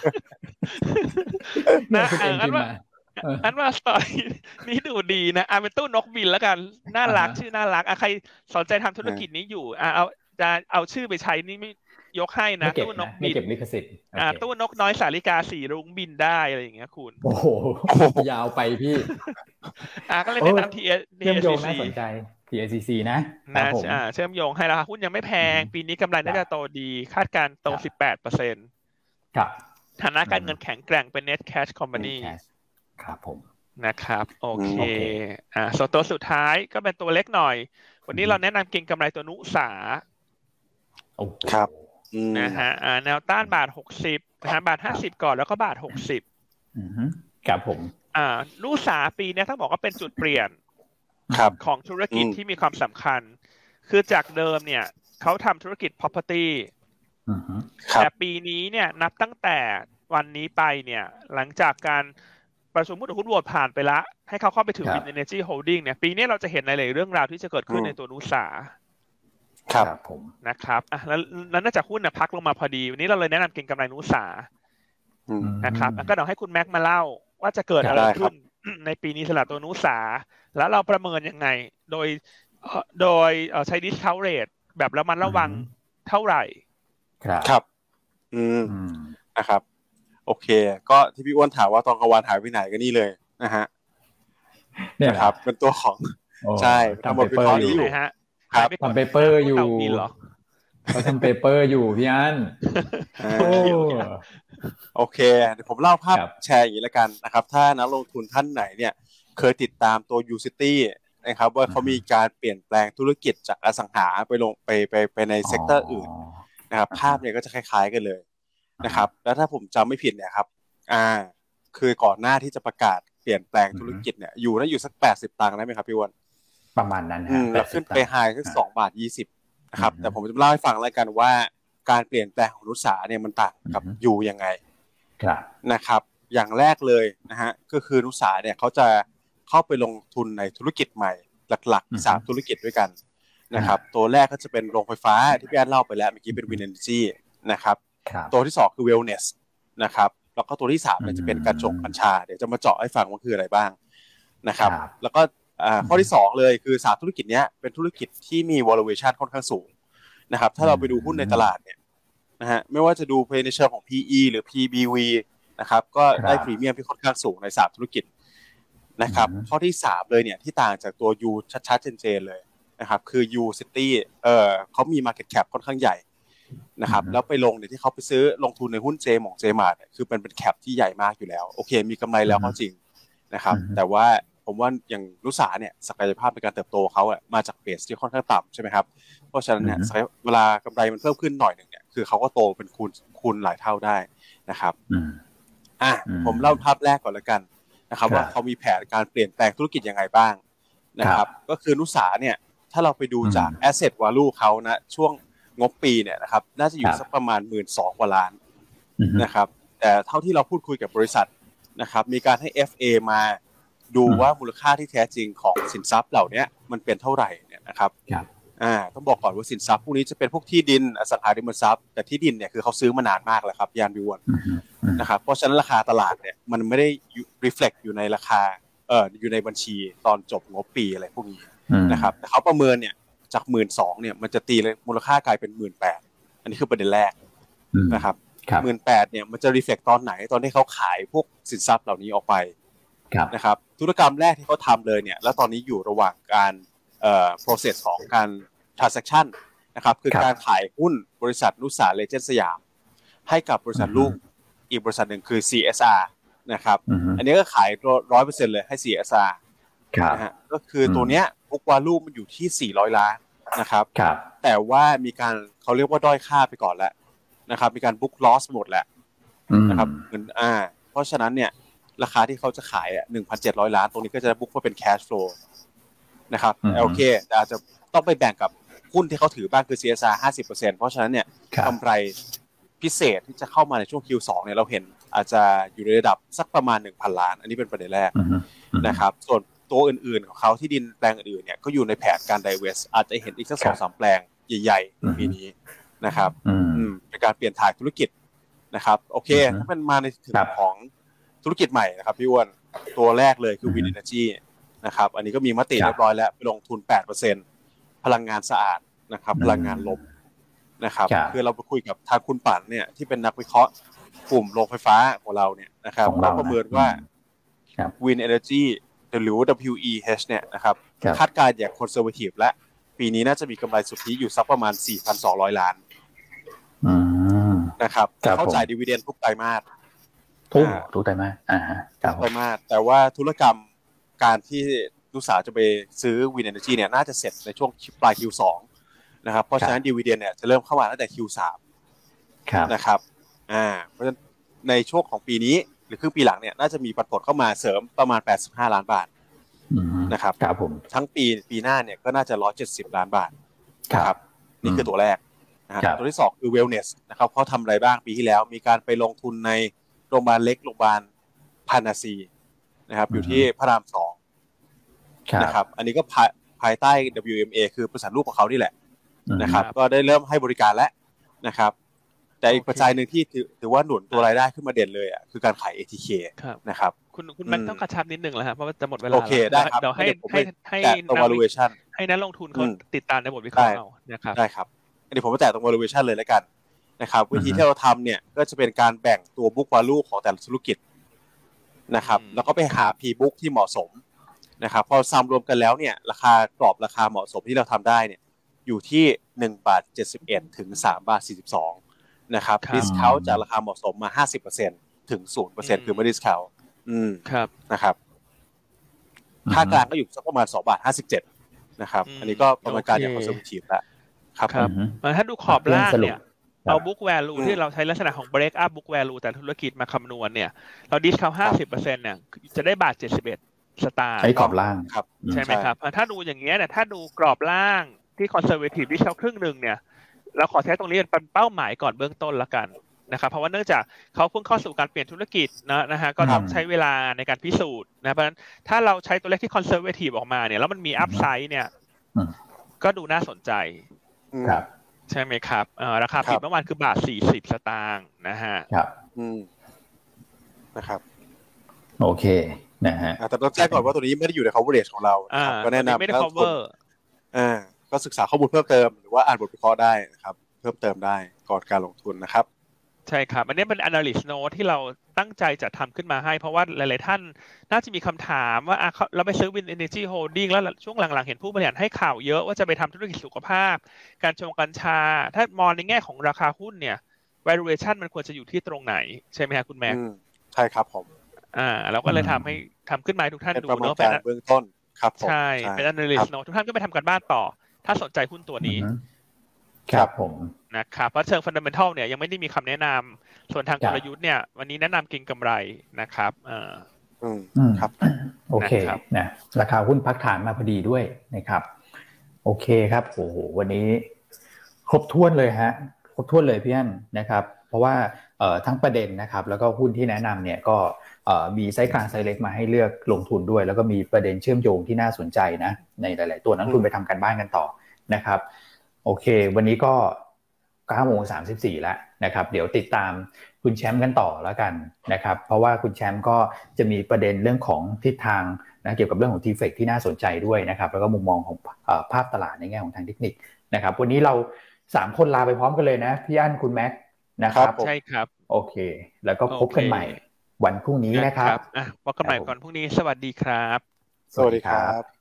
นะอันว่าอันว่าสตอรี่นี้ดูดีนะอ่ะเป็นตู้นกบินแล้วกันน่ารักชื่อน่ารักอ่ะใครสนใจทำธุรกิจนี้อยู่อ่ะเอาจะเอาชื่อไปใช้นี่ไม่ยกให้นะตู้นกบินไม่เก็บลิขสิทธิ์อ่าตู้นกน้อยสาลิกาสีรุ้งบินได้อะไรอย่างเงี้ยคุณโอ้โหยาวไปพี่อ่ะก็เลยแนะนำ ที เอ ซีซี น่าสนใจ ที เอ ซี ซี นะนะอ่าเชื่อมโยงให้ราคาหุ้นยังไม่แพงปีนี้กำไรน่าจะโตดีคาดการณ์โต สิบแปดเปอร์เซ็นต์ครับฐานะการเงินแข็งแกร่งเป็น net cash company ครับผมนะครับโอเคอ่าส่วนตัวสุดท้ายก็เป็นตัวเล็กหน่อยวันนี้เราแนะนำเก็งกำไรตัวนุสาครับนะฮะอ่าแนวต้านบาทหกสิบนะฮะบาทห้าสิบก่อนแล้วก็บาทหกสิบอือฮึครับผมอ่านุสาปีนี้ต้องบอกว่าเป็นจุดเปลี่ยนของธุรกิจที่มีความสำคัญคือจากเดิมเนี่ยเขาทำธุรกิจ property อือฮึแต่ปีนี้เนี่ยนับตั้งแต่วันนี้ไปเนี่ยหลังจากการประชุมผู้ถือหุ้นโหวตผ่านไปละให้เขาเข้าไปถือ Win Energy Holding เนี่ยปีนี้เราจะเห็นหลายๆเรื่องราวที่จะเกิดขึ้นในตัวนุสาครับผมนะครับอ่ะแล้วแล้วน่าจะหุ้นเนี่ยพักลงมาพอดีวันนี้เราเลยแนะนำเก็งกำไรนุสานะครับแล้วก็เดี๋ยวให้คุณแม็กมาเล่าว่าจะเกิดอะไรขึ้นในปีนี้สำหรับตัวนุสาแล้วเราประเมินยังไงโดยโดยใช้ discount rate แบบระมัดระวังเท่าไหร่ครับอืมนะครับโอเคก็ที่พี่อ้วนถามว่าตอนกลางวันหายไปไหนก็นี่เลยนะฮะเนี่ยครับเป็นตัวของใช่ทำบทวิเคราะห์อยู่ฮะครับทำเปเปอร์อยู่เขาทำเปเปอร์อยู่พี่อันโอเคเดี๋ยวผมเล่าภาพแชร์อย่างนี้แล้วกันนะครับถ้านักลงทุนท่านไหนเนี่ยเคยติดตามตัว Ucity นะครับว่าเขามีการเปลี่ยนแปลงธุรกิจจากอสังหาไปลงไปไปไปในเซกเตอร์อื่นนะครับภาพเนี่ยก็จะคล้ายๆกันเลยนะครับแล้วถ้าผมจำไม่ผิดเนี่ยครับอ่าคือก่อนหน้าที่จะประกาศเปลี่ยนแปลงธุรกิจเนี่ยอยู่น่าอยู่สักแปดสิบตังค์ได้ไหมครับพี่วันประมาณนั้นฮะแล้วขึ้นไปไฮขึ้นสองบาทยี่สิบนะครับแต่ผมจะเล่าให้ฟังแล้วกันว่าการเปลี่ยนแปลงของนุสาเนี่ยมันต่างกับอยู่ยังไงนะครับอย่างแรกเลยนะฮะก็คือนุสาเนี่ยเขาจะเข้าไปลงทุนในธุรกิจใหม่หลักๆสามธุรกิจด้วยกันนะครับตัวแรกก็จะเป็นโรงไฟฟ้าที่พี่แอนเล่าไปแล้วเมื่อกี้เป็น Wind Energy นะครับตัวที่สองคือ Wellness นะครับแล้วก็ตัวที่สามเนี่ยจะเป็นการชงกัญชาเดี๋ยวจะมาเจาะให้ฟังว่าคืออะไรบ้างนะครับแล้วก็ข้อที่สองเลยคือสามธุรกิจเนี้ยเป็นธุรกิจที่มี valuation ค่อนข้างสูงนะครับถ้าเราไปดูหุ้นในตลาดเนี่ยนะฮะไม่ว่าจะดูในเชิงของ พี อี หรือ พี บี วี นะครับก็ได้พรีเมียมที่ค่อนข้างสูงในสามธุรกิจนะครับข้อที่สามเลยเนี่ยที่ต่างจากตัว U ชัดๆเจนๆเลยนะครับคือ Ucity เอ่อเขามี market cap ค่อนข้างใหญ่นะครับแล้วไปลงเนี่ยที่เขาไปซื้อลงทุนในหุ้น J หม่ง J-Mart เนี่ยคือเป็นเป็นแคปที่ใหญ่มากอยู่แล้วโอเคมีกำไรแล้วก็จริงนะครับแต่ว่าผมว่าอย่างนุสาเนี่ยศักยภาพในการเติบโตเขาอ่ะมาจากเบสที่ค่อนข้างต่ำใช่ไหมครับเพราะฉะนั้นเนี่ยเวลากำไรมันเพิ่มขึ้นหน่อยหนึ่งเนี่ยคือเขาก็โตเป็นคูณคูณหลายเท่าได้นะครับอ่ะผมเล่าภาพแรกก่อนแล้วกันนะครับว่าเขามีแผนการเปลี่ยนแปลงธุรกิจยังไงบ้างนะครับก็คือนุสาเนี่ยถ้าเราไปดูจาก asset value เขานะช่วงงบปีเนี่ยนะครับน่าจะอยู่สักประมาณ หนึ่งหมื่นสองพัน กว่าล้านนะครับแต่เท่าที่เราพูดคุยกับบริษัทนะครับมีการให้ เอฟ เอ มาดูว่ามูลค่าที่แท้จริงของสินทรัพย์เหล่านี้มันเป็นเท่าไหร่เนี่ยนะครับอ่าต้องบอกก่อนว่าสินทรัพย์พวกนี้จะเป็นพวกที่ดินอสังหาริมทรัพย์แต่ที่ดินเนี่ยคือเขาซื้อมานานมากแล้วครับยานบิวนนะครับเพราะฉะนั้นราคาตลาดเนี่ยมันไม่ได้ reflect อยู่ในราคาเอ่ออยู่ในบัญชีตอนจบงบปีอะไรพวกนี้นะครับแต่เขาประเมินเนี่ยจาก หนึ่งหมื่นสองพัน เนี่ยมันจะตีเลยมูลค่ากลายเป็น หนึ่งหมื่นแปดพัน อันนี้คือประเด็นแรกนะครับ หนึ่งหมื่นแปดพัน เนี่ยมันจะ reflect ตอนไหนตอนที่เขาขายพวกสินทรัพย์เหล่านี้ออกไปนะครับธุรกรรมแรกที่เขาทำเลยเนี่ยแล้วตอนนี้อยู่ระหว่างการเอ่อ process ของการ transaction นะครับคือการขายหุ้นบริษัทนุสาเลเจนด์สยามให้กับบริษัทลูกอีกบริษัทหนึ่งคือ ซี เอส อาร์ นะครับอันนี้ก็ขาย ร้อยเปอร์เซ็นต์ เลยให้ ซี เอส อาร์ นะฮะก็คือตัวเนี้ยบุ๊กวาลูมันอยู่ที่สี่ร้อยล้านนะครับแต่ว่ามีการเขาเรียกว่าด้อยค่าไปก่อนแล้วนะครับมีการบุ๊กลอสหมดแล้วนะครับเงินอ่าเพราะฉะนั้นเนี่ยราคาที่เขาจะขายอ่ะ หนึ่งพันเจ็ดร้อย ล้านตรงนี้ก็จะบุ๊กว่าเป็น cash flow นะครับโอเคแต่อาจจะต้องไปแบ่งกับหุ้นที่เขาถือบ้างคือ ซี เอส อาร์ ห้าสิบเปอร์เซ็นต์ เพราะฉะนั้นเนี่ยกำไรพิเศษที่จะเข้ามาในช่วง คิว สอง เนี่ยเราเห็นอาจจะอยู่ในระดับสักประมาณ หนึ่งพัน ล้านอันนี้เป็นประเด็นแรกนะครับส่วนตัวอื่นๆของเขาที่ดินแปลงอื่นๆเนี่ยก็อยู่ในแผนการ divest อาจจะเห็นอีกสัก สองสาม แปลงใหญ่ๆปีนี้นะครับเป็นการเปลี่ยนถ่ายธุรกิจนะครับโอเคถ้าเป็นมาในถึงของธุรกิจใหม่นะครับพี่อ้วนตัวแรกเลยคือ Wind Energy นะครับอันนี้ก็มีมติเรียบร้อยแล้วไปลงทุน แปดเปอร์เซ็นต์ พลังงานสะอาดนะครับพลังงานลมนะครับคือเราไปคุยกับทางคุณปั่นเนี่ยที่เป็นนักวิเคราะห์กลุ่มโรงไฟฟ้าของเราเนี่ยนะครับเราประเมินว่า Wind Energy หรือ ดับเบิลยู อี เอช เนี่ยนะครับคาดการณ์อย่างคอนเซอร์เวทีฟและปีนี้น่าจะมีกำไรสุทธิอยู่สักประมาณ สี่พันสองร้อย ล้านนะครับเข้าจ่ายดิวิเดนด์ทุกไตรมาสทุกทุกไตรมาสอ่าฮะไตรมาสแต่ว่าธุรกรรมการที่ลูกสาวจะไปซื้อ Wind Energy เนี่ยน่าจะเสร็จในช่วงปลาย คิว สอง นะครับเพราะฉะนั้นดิวิเดนด์เนี่ยจะเริ่มเข้ามาตั้งแต่ คิว สาม นะครับอ่าเพราะฉะนั้นในช่วงของปีนี้หรือครึ่งปีหลังเนี่ยน่าจะมีปันผลเข้ามาเสริมประมาณแปดสิบห้าล้านบาทนะครับครับผมทั้งปีปีหน้าเนี่ยก็น่าจะหนึ่งร้อยเจ็ดสิบล้านบาทครับนี่คือตัวแรกนะฮะตัวที่สองคือ Wellness นะครับเขาทำอะไรบ้างปีที่แล้วมีการไปลงทุนในโรงพยาบาลเล็กโรงพยาบาลพานาซีนะครับอยู่ที่พระรามสองนะครับอันนี้ก็ภายใต้ ดับเบิลยู เอ็ม เอ คือบริษัทลูกของเขานี่แหละนะครับก็ได้เริ่มให้บริการแล้วนะครับแต่อีกปัจจัยหนึ่งที่ถือว่าหนุนตัวรายได้ขึ้นมาเด่นเลยอ่ะคือการขาย เอ ที เค นะครับคุณคุณแม็กต้องกระชับนิดนึงแล้วครับเพราะว่าจะหมดเวลาโอเคได้ครับเดี๋ยวให้ให้ให้ตรง valuation ให้นักลงทุนเขาติดตามในบทวิเคราะห์เอานะครับได้ครับอันนี้ผมมาแตะตรง valuation เลยแล้วกันนะครับวิธีที่เราทำเนี่ยก็จะเป็นการแบ่งตัว book value ของแต่ละธุรกิจนะครับแล้วก็ไปหา P book ที่เหมาะสมนะครับพอซ้ำรวมกันแล้วเนี่ยราคากรอบราคาเหมาะสมที่เราทำได้เนี่ยอยู่ที่หนึ่งบาทเจ็ดสิบเอ็ดถึงสามบาทสี่สิบสองนะครับ discount จากราคาเหมาะสมมา ห้าสิบเปอร์เซ็นต์ ถึง ศูนย์เปอร์เซ็นต์ คือไม่ discount อืมครับนะครับค่ากลางก็อยู่สักประมาณสองบาทห้าสิบเจ็ดนะครับอันนี้ก็ประมาณการอย่าง conservative แล้วครับครับถ้าดูขอบล่างเนี่ยเอา book value ที่เราใช้ลักษณะของ break up book value แต่ธุรกิจมาคำนวณเนี่ยเรา discount ห้าสิบเปอร์เซ็นต์ เนี่ยจะได้บาทเจ็ดสิบเอ็ดสตางค์ใช้กรอบล่างครับใช่ไหมครับถ้าดูอย่างเงี้ยเนี่ยถ้าดูกรอบล่างที่ conservative ที่เช่าครึ่งนึงเนี่ยเราขอใช้ตรงนี้เป็นเป้าหมายก่อนเบื้องต้นละกันนะครับเพราะว่าเนื่องจากเขาเพิ่งเข้าสู่การเปลี่ยนธุรกิจนะนะฮะก็ต้องใช้เวลาในการพิสูจน์นะเพราะฉะนั้นถ้าเราใช้ตัวเลขที่ conservative ออกมาเนี่ยแล้วมันมี upside เนี่ยก็ดูน่าสนใจครับใช่ไหมครับราคาปิดเมื่อวานคือบาทสี่สิบสตางค์นะฮะครับอืมนะครับโอเคนะฮะแต่ต้องแจ้งก่อนว่าตัวนี้ไม่ได้อยู่ใน coverage ของเราก็แนะนำไม่ได้ cover อ่าก็ศึกษาข้อมูลเพิ่มเติมหรือว่าอ่านบทวิเคราะห์ได้นะครับเพิ่มเติมได้ก่อนการลงทุนนะครับใช่ครับอันนี้เป็น analyst note ที่เราตั้งใจจะทำขึ้นมาให้เพราะว่าหลายๆท่านน่าจะมีคำถามว่าเราไปซื้อ Wind Energy Holding แล้วช่วงหลังๆเห็นผู้บริหารให้ข่าวเยอะว่าจะไปทำธุรกิจสุขภาพการชงกัญชาถ้ามองในแง่ของราคาหุ้นเนี่ย valuation มันควรจะอยู่ที่ตรงไหนใช่ไหมครับคุณแม็กใช่ครับผมอ่าเราก็เลยทำให้ทำขึ้นมาทุกท่านดูเนาะเป็นเบื้องต้นครับใช่เป็น analyst note ทุกท่านก็ไปทำกันบ้านต่อถ้าสนใจหุ้นตัวนี้ครับผมนะครับเพราะเชิง fundamental เนี่ยยังไม่ได้มีคำแนะนำส่วนทางกลยุทธ์เนี่ยวันนี้แนะนำเก็งกำไรนะครับอ่าอืมครับโอเคนะราคาหุ้นพักฐานมาพอดีด้วยนะครับโอเคครับโอ้โหวันนี้ครบถ้วนเลยฮะครบถ้วนเลยพี่อั้นนะครับเพราะว่าเอ่อทั้งประเด็นนะครับแล้วก็หุ้นที่แนะนำเนี่ยก็เอ่อมีไซส์กลางไซส์เล็กมาให้เลือกลงทุนด้วยแล้วก็มีประเด็นเชื่อมโยงที่น่าสนใจนะในหลายๆตัวนักทุนไปทำกันบ้านกันต่อนะครับโอเควันนี้ก็เก้าโมงสามสิบสี่แล้วนะครับเดี๋ยวติดตามคุณแชมป์กันต่อแล้วกันนะครับเพราะว่าคุณแชมป์ก็จะมีประเด็นเรื่องของทิศทางนะเกี่ยวกับเรื่องของ ที เฟก ที่น่าสนใจด้วยนะครับแล้วก็มุมมองของเอ่อภาพตลาดในแง่ของทางเทคนิคนะครับวันนี้เราสามคนลาไปพร้อมกันเลยนะพี่อั้นคุณแม็กนะครับใช่ครับโอเคแล้วก็พบกันใหม่วันพรุ่งนี้นะครับอ่ะพบกันใหม่ก่อนพรุ่งนี้สวัสดีครับสวัสดีครับ